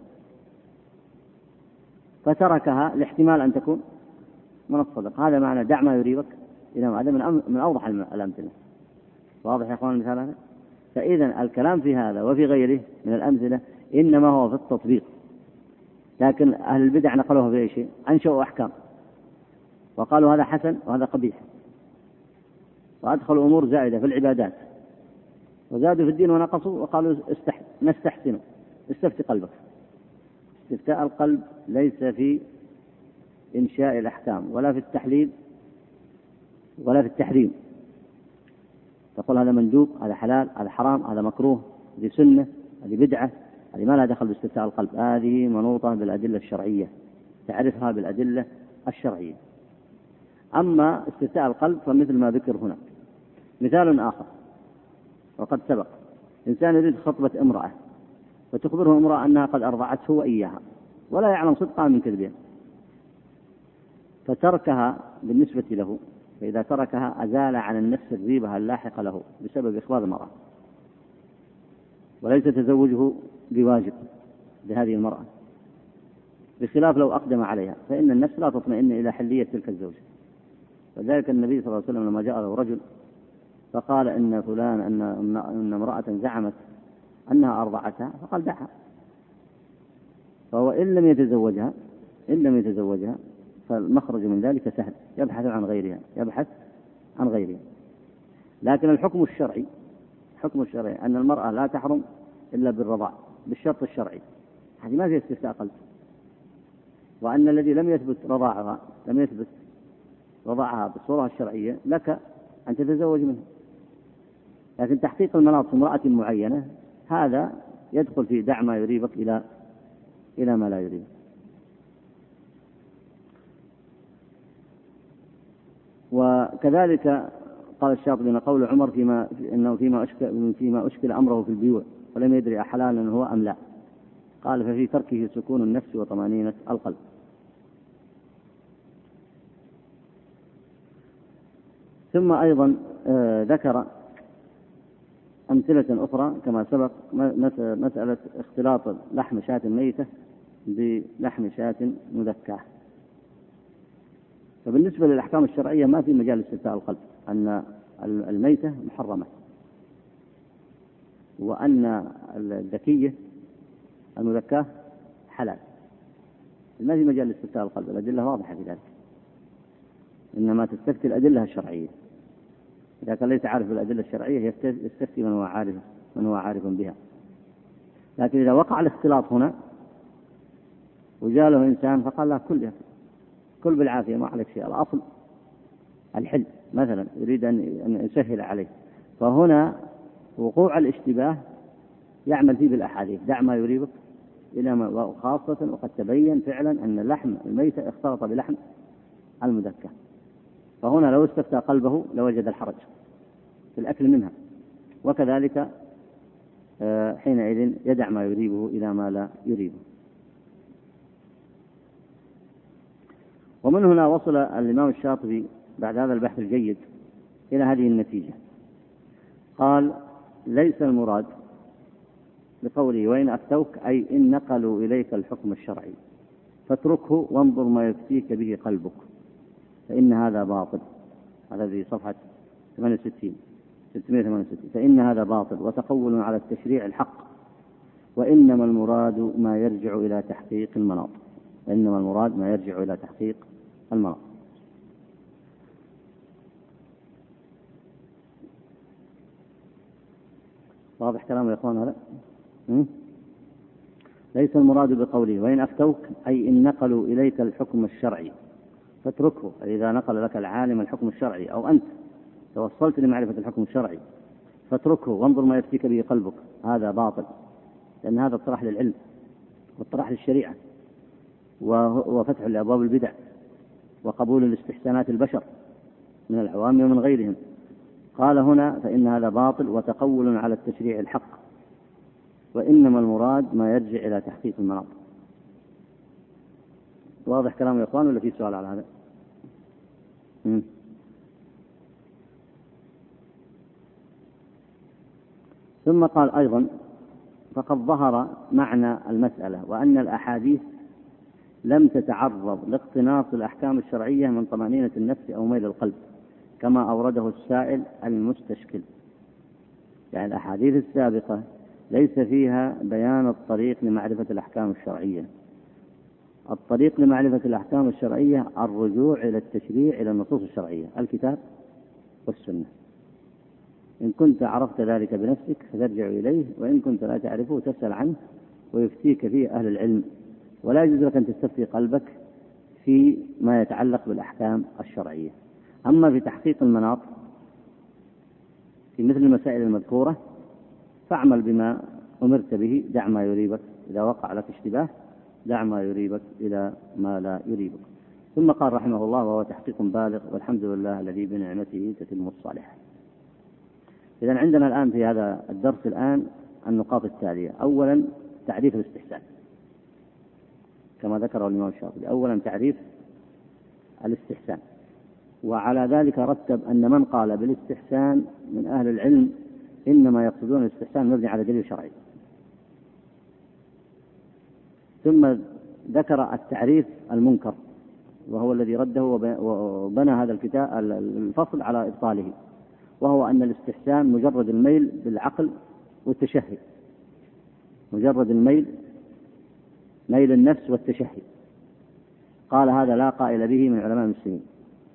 فتركها لاحتمال أن تكون من الصدقة. هذا معنى دع ما يريبك إلى هذا من أوضح الأمثلة. واضح يا أخوان المثال هذا؟ فإذا الكلام في هذا وفي غيره من الأمثلة إنما هو في التطبيق، لكن أهل البدع نقلوها في أي شيء؟ أنشأوا أحكام وقالوا هذا حسن وهذا قبيح، وأدخلوا أمور زائدة في العبادات وزادوا في الدين ونقصوا وقالوا نستحسن استفتي قلبك. استفتاء القلب ليس في إنشاء الأحكام ولا في التحليل ولا في التحريم. تقول هذا مندوب، هذا حلال، هذا حرام، هذا مكروه، هذه سنة، هذه بدعة، هذه ما لها دخل باستفتاء القلب. هذه منوطة بالأدلة الشرعية، تعرفها بالأدلة الشرعية. أما استفتاء القلب فمثل ما ذكر هنا. مثال آخر وقد سبق، إنسان يريد خطبة امرأة وتخبره امرأة أنها قد أرضعته وإياها ولا يعلم صدقها من كذبها، فتركها بالنسبة له، فإذا تركها أزال عن النفس الريبة اللاحقة له بسبب إخبار المرأة، وليس تزوجه بواجب لهذه المرأة، بخلاف لو أقدم عليها فإن النفس لا تطمئن إلى حلية تلك الزوجة. وذلك النبي صلى الله عليه وسلم لما جاء له رجل فقال إن فلان أن امرأة زعمت أنها أرضعتها، فقال دعها، فهو إن لم يتزوجها فالمخرج من ذلك سهل، يبحث عن غيرها. لكن الحكم الشرعي أن المرأة لا تحرم إلا بالرضاع بالشرط الشرعي، هذه ما فيها استفتاء قلب، وأن الذي لم يثبت رضاعها بالصورة الشرعية لك أن تتزوج منه. لكن تحقيق المناط في امرأة معينة هذا يدخل في دع ما يريبك إلى ما لا يريبك. وكذلك قال الشاطبي أن قول عمر فيما أشكل أمره في البيوع ولم يدري أحلالا هو أم لا، قال ففي تركه سكون النفس وطمأنينة القلب. ثم أيضا ذكر أمثلة أخرى كما سبق، مسألة اختلاط لحم شاة ميتة بلحم شاة مذكاة. فبالنسبة للأحكام الشرعية ما في مجال استفتاء القلب، أن الميتة محرمة، وأن الذكية المذكاة حلال، ما في مجال استفتاء القلب، الأدلة واضحة في ذلك، إنما تستفتي الأدلة الشرعية. إذا كان ليس عارف بالأدلة الشرعية يستفتي من هو عارف بها. لكن إذا وقع الاختلاط هنا وجاء له إنسان فقال لا كل بالعافية ما عليك شيء، الأصل الحل مثلا، يريد أن يسهل عليه، فهنا وقوع الاشتباه يعمل فيه بالأحاديث دع ما يريبك إلى ما، خاصة وقد تبين فعلا أن لحم الميتة اختلط بلحم المذكى، فهنا لو استفتى قلبه لوجد الحرج في الأكل منها، وكذلك حينئذ يدع ما يريبه إلى ما لا يريبه. ومن هنا وصل الإمام الشاطبي بعد هذا البحث الجيد إلى هذه النتيجة، قال ليس المراد بقوله وإن أفتوك أي إن نقلوا إليك الحكم الشرعي فاتركه وانظر ما يفتيك به قلبك، فإن هذا باطل. هذا في صفحة 668. فإن هذا باطل وتقول على التشريع الحق، وإنما المراد ما يرجع إلى تحقيق المناط. واضح كلام يا إخوان هذا؟ ليس المراد بقوله وإن أفتوك أي إن نقلوا إليك الحكم الشرعي فاتركه، إذا نقل لك العالم الحكم الشرعي أو أنت توصلت لمعرفة الحكم الشرعي فاتركه وانظر ما يفتيك به قلبك، هذا باطل، لأن هذا اطراح للعلم واطراح للشريعة وفتح لأبواب البدع وقبول الاستحسانات البشر من العوام ومن غيرهم. قال هنا فإن هذا باطل وتقول على التشريع الحق، وإنما المراد ما يرجع إلى تحقيق المناط. واضح كلام يا إخوان ولا في سؤال على هذا؟ ثم قال أيضا فقد ظهر معنى المسألة وأن الأحاديث لم تتعرض لاقتناص الأحكام الشرعية من طمأنينة النفس أو ميل القلب كما أورده السائل المستشكل. يعني الأحاديث السابقة ليس فيها بيان الطريق لمعرفة الأحكام الشرعية. الطريق لمعرفة الأحكام الشرعية الرجوع إلى التشريع إلى النصوص الشرعية الكتاب والسنة. إن كنت عرفت ذلك بنفسك فترجع إليه، وإن كنت لا تعرفه تسأل عنه ويفتيك فيه أهل العلم، ولا يجوز لك أن تستفتي قلبك في ما يتعلق بالأحكام الشرعية. أما في تحقيق المناط في مثل المسائل المذكورة فاعمل بما أمرت به، دع ما يريبك إذا وقع لك اشتباه، دع ما يريبك إلى ما لا يريبك. ثم قال رحمه الله وهو تحقيق بالغ والحمد لله الذي بنعمته تتم الصالحات. إذن عندنا الآن في هذا الدرس النقاط التالية. أولا تعريف الاستحسان كما ذكره الإمام الشاطبي. أولا تعريف الاستحسان. وعلى ذلك رتب أن من قال بالاستحسان من أهل العلم إنما يقصدون الاستحسان مبني على دليل شرعي. ثم ذكر التعريف المنكر وهو الذي رده وبنى هذا الكتاب الفصل على إبطاله، وهو أن الاستحسان مجرد الميل بالعقل والتشهي، مجرد الميل، ميل النفس والتشهي. قال هذا لا قائل به من علماء المسلمين،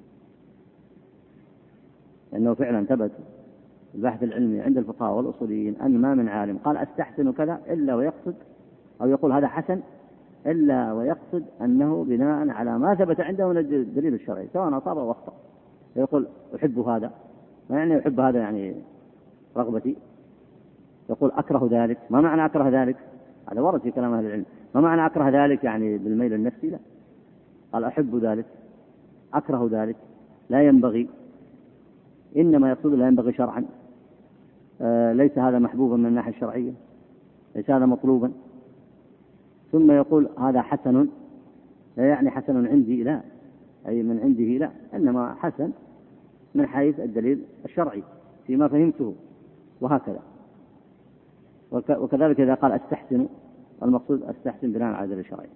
لأنه فعلا ثبت البحث العلمي عند الفقهاء والأصوليين أن ما من عالم قال أستحسن كذا إلا ويقصد أو يقول هذا حسن إلا ويقصد أنه بناء على ما ثبت عنده من الدليل الشرعي سواء أصاب أو أخطأ. يقول أحب هذا، ما يعني أحب هذا يعني رغبتي، يقول أكره ذلك، ما معنى أكره ذلك؟ هذا ورد في كلام أهل العلم. ما معنى أكره ذلك يعني بالميل النفسي؟ لا، قال أحب ذلك، أكره ذلك، لا ينبغي، إنما يقصد لا ينبغي شرعا، ليس هذا محبوبا من الناحية الشرعية، ليس هذا مطلوبا. ثم يقول هذا حسن، لا يعني حسن عندي، لا، أي من عنده، لا، إنما حسن من حيث الدليل الشرعي فيما فهمته، وهكذا. وكذلك إذا قال أستحسن، المقصود أستحسن بناء على الدليل الشرعي.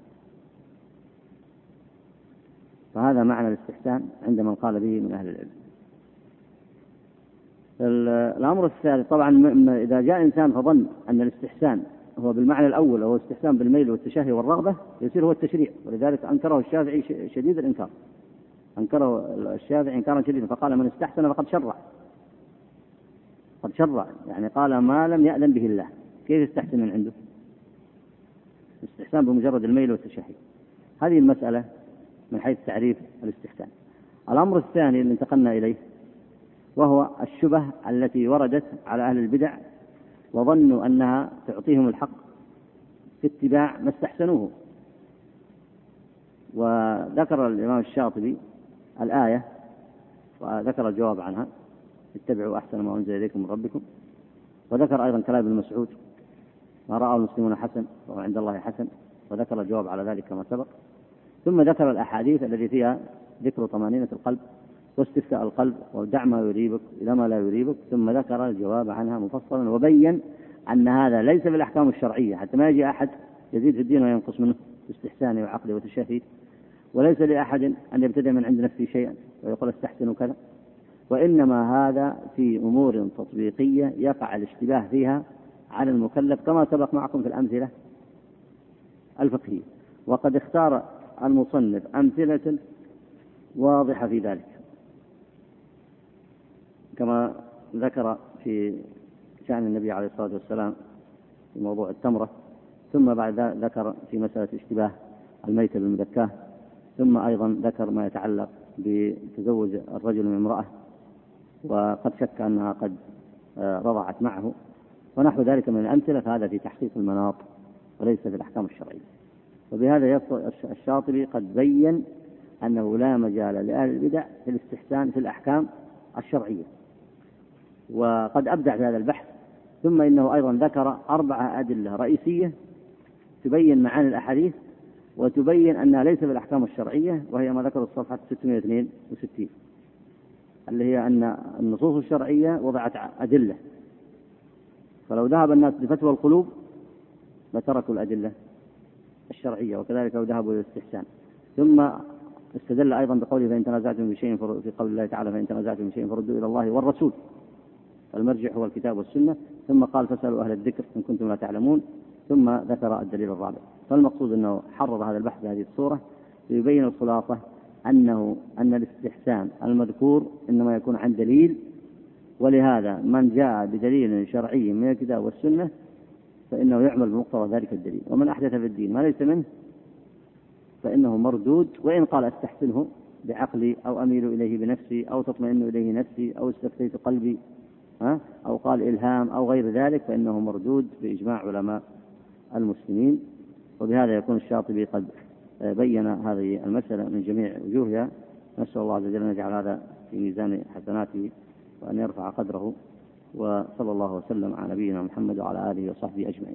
فهذا معنى الاستحسان عند من قال به من أهل العلم. الأمر الثالث، طبعا إذا جاء إنسان فظن أن الاستحسان هو بالمعنى الأول وهو استحسان بالميل والتشهي والرغبة، يصير هو التشريع، ولذلك أنكره الشافعي شديد الإنكار، أنكره الشافعي إنكارا شديدا، فقال من استحسن فقد شرع، قد شرع، يعني قال ما لم يأذن به الله. كيف يستحسن من عنده؟ استحسان بمجرد الميل والتشهي. هذه المسألة من حيث تعريف الاستحسان. الأمر الثاني اللي انتقلنا إليه وهو الشبه التي وردت على أهل البدع وظنوا أنها تعطيهم الحق في اتباع ما استحسنوه. وذكر الإمام الشاطبي الآية وذكر الجواب عنها: اتبعوا أحسن ما أنزل إليكم من ربكم. وذكر أيضا كلام ابن مسعود: ما رأى المسلمون حسن وهو عند الله حسن، وذكر الجواب على ذلك كما سبق. ثم ذكر الأحاديث التي فيها ذكر طمأنينة القلب واستفتاء القلب ودع ما يريبك إلى ما لا يريبك، ثم ذكر الجواب عنها مفصلا، وبين أن هذا ليس بالأحكام الشرعية، حتى ما يجي أحد يزيد في الدين وينقص منه باستحسانه وعقله وتشهيه، وليس لأحد أن يبتدئ من عند نفسه شيئا ويقول استحسن كذا، وإنما هذا في أمور تطبيقية يقع الاشتباه فيها على المكلف كما سبق معكم في الأمثلة الفقهية. وقد اختار المصنف أمثلة واضحة في ذلك كما ذكر في شأن النبي عليه الصلاة والسلام في موضوع التمرة، ثم بعد ذلك ذكر في مسألة اشتباه الميتة بالمذكاة، ثم أيضا ذكر ما يتعلق بتزوج الرجل من امرأة وقد شك أنها قد رضعت معه ونحو ذلك من الأمثلة. فهذا في تحقيق المناط وليس في الأحكام الشرعية. وبهذا الشاطبي قد بين أنه لا مجال لأهل البدع في الاستحسان في الأحكام الشرعية، وقد أبدع في هذا البحث. ثم إنه أيضا ذكر 4 أدلة رئيسية تبين معاني الأحاديث وتبين أنها ليس في الأحكام الشرعية، وهي ما ذكر الصفحة 662، اللي هي أن النصوص الشرعية وضعت أدلة، فلو ذهب الناس بفتوى القلوب لتركوا الأدلة الشرعية، وكذلك لو ذهبوا للاستحسان. ثم استدل أيضا بقوله فإن تنازعتم بشيء، في قول الله تعالى فإن تنازعتم بشيء فردوا إلى الله والرسول، فالمرجع هو الكتاب والسنة. ثم قال فاسألوا أهل الذكر إن كنتم لا تعلمون، ثم ذكر الدليل الرابع. فالمقصود أنه حرر هذا البحث بهذه الصورة ليبين الخلاصة أن الاستحسان المذكور إنما يكون عن دليل، ولهذا من جاء بدليل شرعي من الكتاب والسنة فإنه يعمل بمقتضى ذلك الدليل، ومن أحدث في الدين ما ليس منه فإنه مردود، وإن قال استحسنه بعقلي أو أميل إليه بنفسي أو تطمئن إليه نفسي أو استفتيت قلبي أو قال إلهام أو غير ذلك فإنه مردود بإجماع علماء المسلمين. وبهذا يكون الشاطبي قد بين هذه المسألة من جميع وجوهها. نسأل الله عز وجل أن يجعل هذا في ميزان حسناته وأن يرفع قدره، وصلى الله وسلم على نبينا محمد وعلى آله وصحبه أجمعين.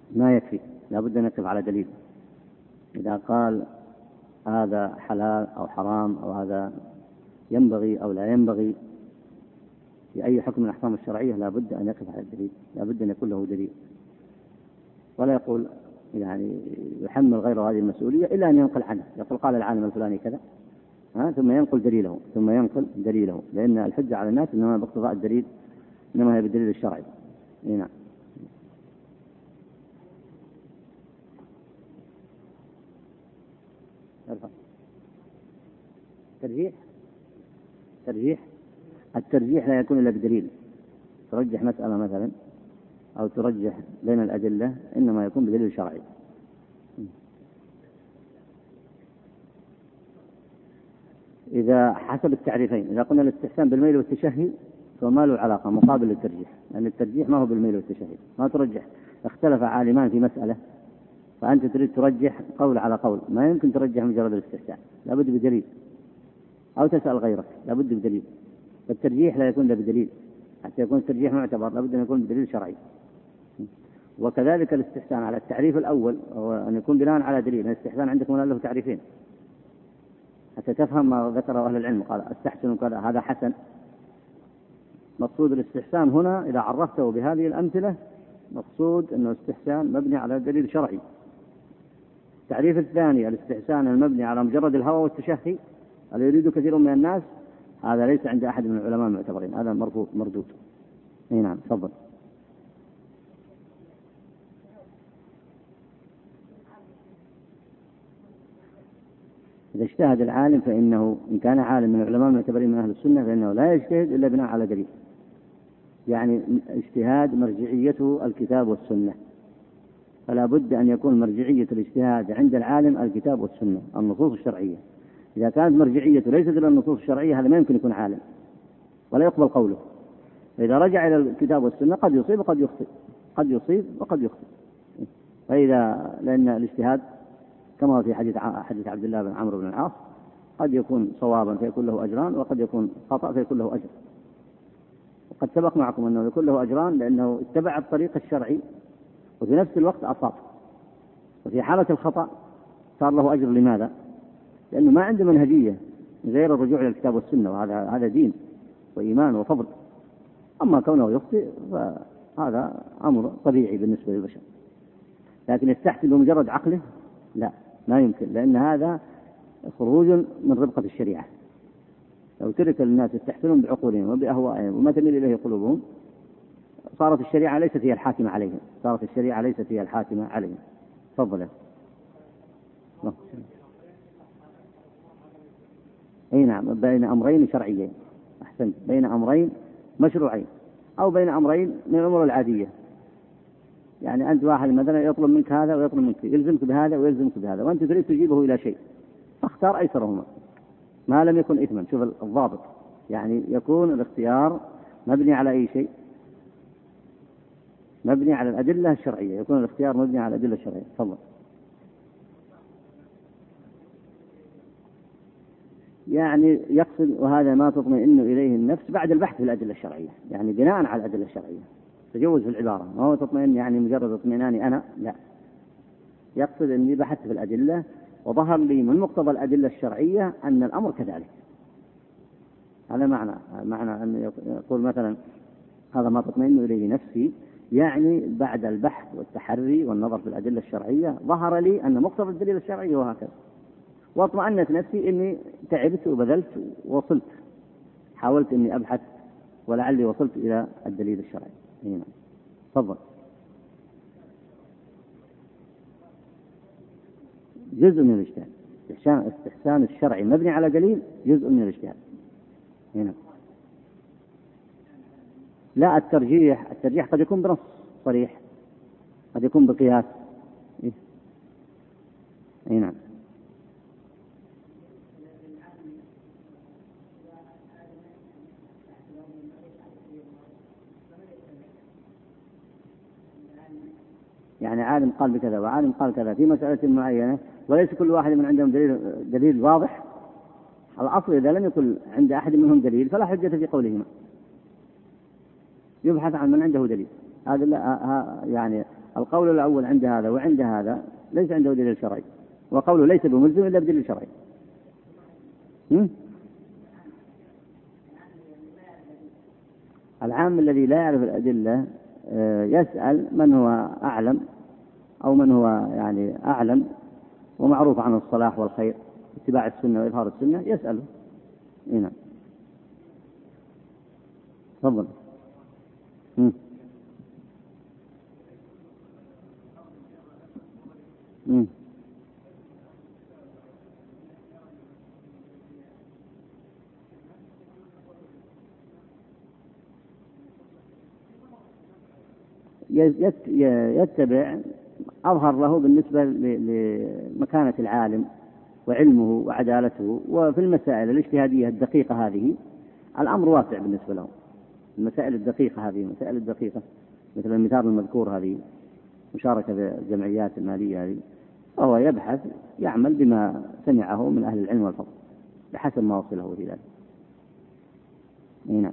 ما يكفي، لا بد أن يقف على دليل. إذا قال هذا حلال أو حرام أو هذا ينبغي أو لا ينبغي في أي حكم من الأحكام الشرعية، لا بد أن يقف على الدليل، لا بد أن يكون له دليل، ولا يقول يعني يحمل غيره هذه المسؤولية إلا أن ينقل عنه، يقول قال العالم الفلاني كذا ثم ينقل دليله، لأن الحجة على الناس إنما باقتضاء الدليل، إنما هي بالدليل الشرعي. نعم. الترجيح لا يكون إلا بدليل. ترجح مسألة مثلا أو ترجح بين الأدلة إنما يكون بدليل شرعي. إذا حسب التعريفين، إذا قلنا الاستحسان بالميل والتشهي فما له علاقة مقابل للترجيح، لأن الترجيح ما هو بالميل والتشهي، ما ترجح. اختلف عالمان في مسألة فأنت تريد ترجح قول على قول، ما يمكن ترجح مجرد الاستحسان، لا بد بدليل، أو تسأل غيرك لا بد بدليل. فالترجيح لا يكون إلا بدليل، حتى يكون الترجيح معتبر لا بد أن يكون بدليل شرعي. وكذلك الاستحسان على التعريف الأول هو أن يكون بناء على دليل. الاستحسان عندكم له تعريفين حتى تفهم ما ذكره أهل العلم، قال استحسن كذا هذا حسن. مقصود الاستحسان هنا إذا عرفته بهذه الأمثلة مقصود أنه استحسان مبني على دليل شرعي. التعريف الثاني الاستحسان المبني على مجرد الهوى والتشهي الذي يريد كثير من الناس، هذا ليس عند أحد من العلماء المعتبرين، هذا مردود. نعم تفضل. إذا اجتهد العالم فإنه إن كان عالم من العلماء المعتبرين من أهل السنة فإنه لا يجتهد إلا بناء على دليل، يعني اجتهاد مرجعيته الكتاب والسنة، فلا بد أن يكون مرجعية الاجتهاد عند العالم الكتاب والسنة النصوص الشرعية. إذا كانت مرجعيته ليست إلى النصوص الشرعية هذا ما يمكن يكون عالم ولا يقبل قوله. فإذا رجع إلى الكتاب والسنة قد يصيب وقد يخطئ، قد يصيب وقد يخطئ. لأن الاجتهاد كما في حديث عبد الله بن عمرو بن العاص قد يكون صوابا فيكون له أجران، وقد يكون خطأ فيكون له أجر. وقد سبق معكم أنه يكون له أجران لأنه اتبع الطريق الشرعي وفي نفس الوقت أصاب، وفي حالة الخطأ صار له أجر. لماذا؟ لأنه ما عنده منهجية غير الرجوع إلى الكتاب والسنة، وهذا دين وإيمان وفضل. أما كونه يخطئ فهذا أمر طبيعي بالنسبة للبشر، لكن يستحسن بمجرد عقله لا، ما يمكن، لأن هذا خروج من ربقة الشريعة. لو ترك الناس يستحسنون بعقولهم وبأهوائهم وما تميل إليه قلوبهم صارت الشريعة ليست هي الحاكمة عليهم. تفضل. أي نعم، بين أمرين شرعيين. أحسنت، بين أمرين مشروعين أو بين أمرين من الأمور العادية. يعني أنت واحد مثلا يطلب منك هذا ويطلب منك، يلزمك بهذا ويلزمك بهذا، وأنت تريد تجيبه إلى شيء، فاختار أيسرهما ما لم يكن إثما. شوف الضابط، يعني يكون الاختيار مبني على أي شيء؟ مبني على الأدلة الشرعية، يكون الاختيار مبني على الأدلة الشرعية. تفضل. يعني يقصد وهذا ما تطمئن إليه النفس بعد البحث في الأدلة الشرعية، يعني بناء على الأدلة الشرعية، تجوز في العبارة، ما هو تطمئن يعني مجرد اطمئناني أنا، لا، يقصد أني بحثت في الأدلة وظهر لي من مقتضى الأدلة الشرعية أن الأمر كذلك. هذا معنى أن يقول مثلا هذا ما تطمئن إليه نفسي، يعني بعد البحث والتحري والنظر في الأدلة الشرعية ظهر لي أن مقتضى الدليل الشرعي وهكذا، واطمأنت نفسي إني تعبت وبذلت ووصلت، حاولت إني أبحث ولعلي وصلت إلى الدليل الشرعي. هنا تفضل. جزء من الاجتهاد، استحسان الشرعي مبني على دليل جزء من الاجتهاد. هنا لا، الترجيح قد يكون بنص صريح، قد يكون بقياس. نعم. يعني عالم قال بكذا وعالم قال كذا في مسألة معينة، وليس كل واحد من عندهم دليل واضح. الأصل إذا لم يكن عند أحد منهم دليل فلا حجة في قولهما، يبحث عن من عنده دليل. هذا يعني القول الأول عند هذا وعند هذا ليس عنده دليل شرعي، وقوله ليس بملزم إلا بدليل شرعي. العام الذي لا يعرف الأدلة يسأل من هو أعلم، أو من هو يعني أعلم ومعروف عنه الصلاح والخير اتباع السنة وإظهار السنة، يسأله. هنا تفضل. يتبع أظهر له بالنسبة لمكانة العالم وعلمه وعدالته. وفي المسائل الاجتهادية الدقيقة هذه الأمر واسع بالنسبة له. المسائل الدقيقة هذه، المسائل الدقيقة مثل المثال المذكور هذه، مشاركة في الجمعيات المالية هذه، فهو يبحث يعمل بما سمعه من أهل العلم والفضل بحسب ما وصله في ذلك. نعم.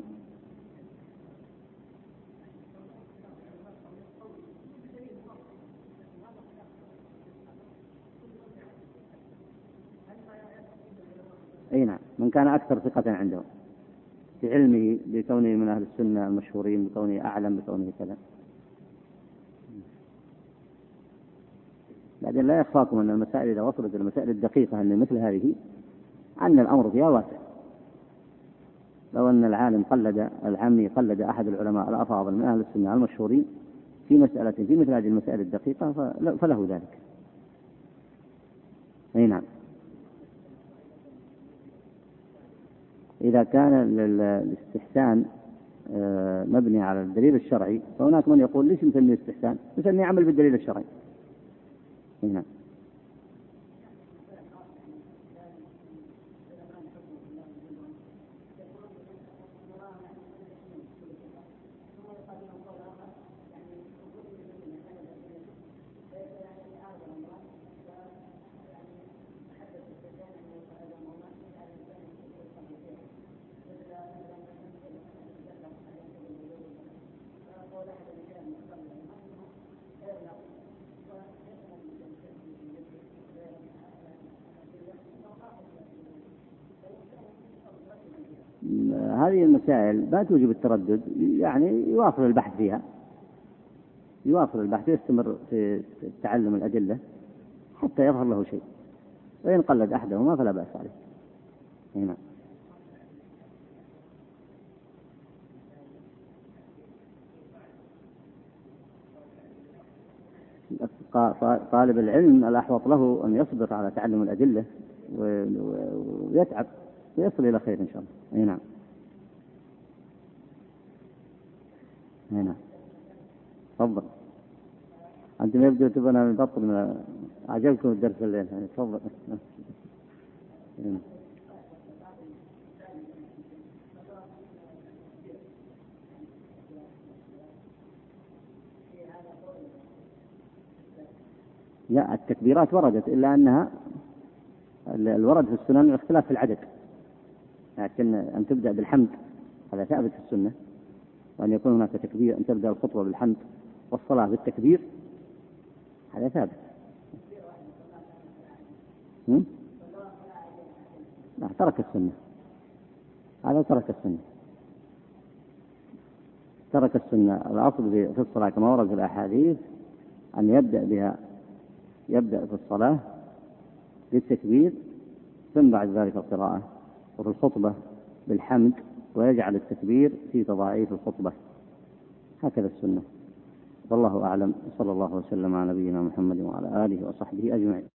أي نعم، من كان أكثر ثقة عنده في علمه بكونه من أهل السنة المشهورين، بكونه أعلم، بكونه كذا. بعدين لا يخفاكم أن المسائل إذا وصلت إلى المسائل الدقيقة أن مثل هذه أن الأمر فيها واسع. لو أن العامي قلد أحد العلماء الأفاضل من أهل السنة المشهورين في مسألة في مثل هذه المسائل الدقيقة فله ذلك. أي نعم. إذا كان الاستحسان مبني على الدليل الشرعي فهناك من يقول ليش نسميه استحسان؟ نسميه عمل بالدليل الشرعي. هنا هذه المسائل ما توجب التردد، يعني يواصل البحث فيها، يواصل البحث يستمر في تعلم الأدلة حتى يظهر له شيء، وإن قلد أحدهما فلا بأس عليه. هنا طالب العلم الأحوط له أن يصبر على تعلم الأدلة ويتعب ويصل إلى خير إن شاء الله. نعم. هنا تفضل. أنتم يبدو تبون نبطل من عجبكم الدرس الليل. تفضل. لا، التكبيرات وردت، إلا أنها الورد في السنن الاختلاف في العدد، لكن أن تبدأ بالحمد هذا ثابت في السنة، وأن يكون هناك تكبير، أن تبدأ الخطبة بالحمد والصلاة بالتكبير هذا ثابت. لا، ترك السنة، هذا ترك السنة، ترك السنة. الأصل في الصلاة كما ورد في الأحاديث أن يبدأ في الصلاة بالتكبير ثم بعد ذلك القراءة، وفي الخطبة بالحمد، ويجعل التكبير في تضاعيف الخطبة، هكذا السنة. والله أعلم، صلى الله وسلم على نبينا محمد وعلى آله وصحبه أجمعين.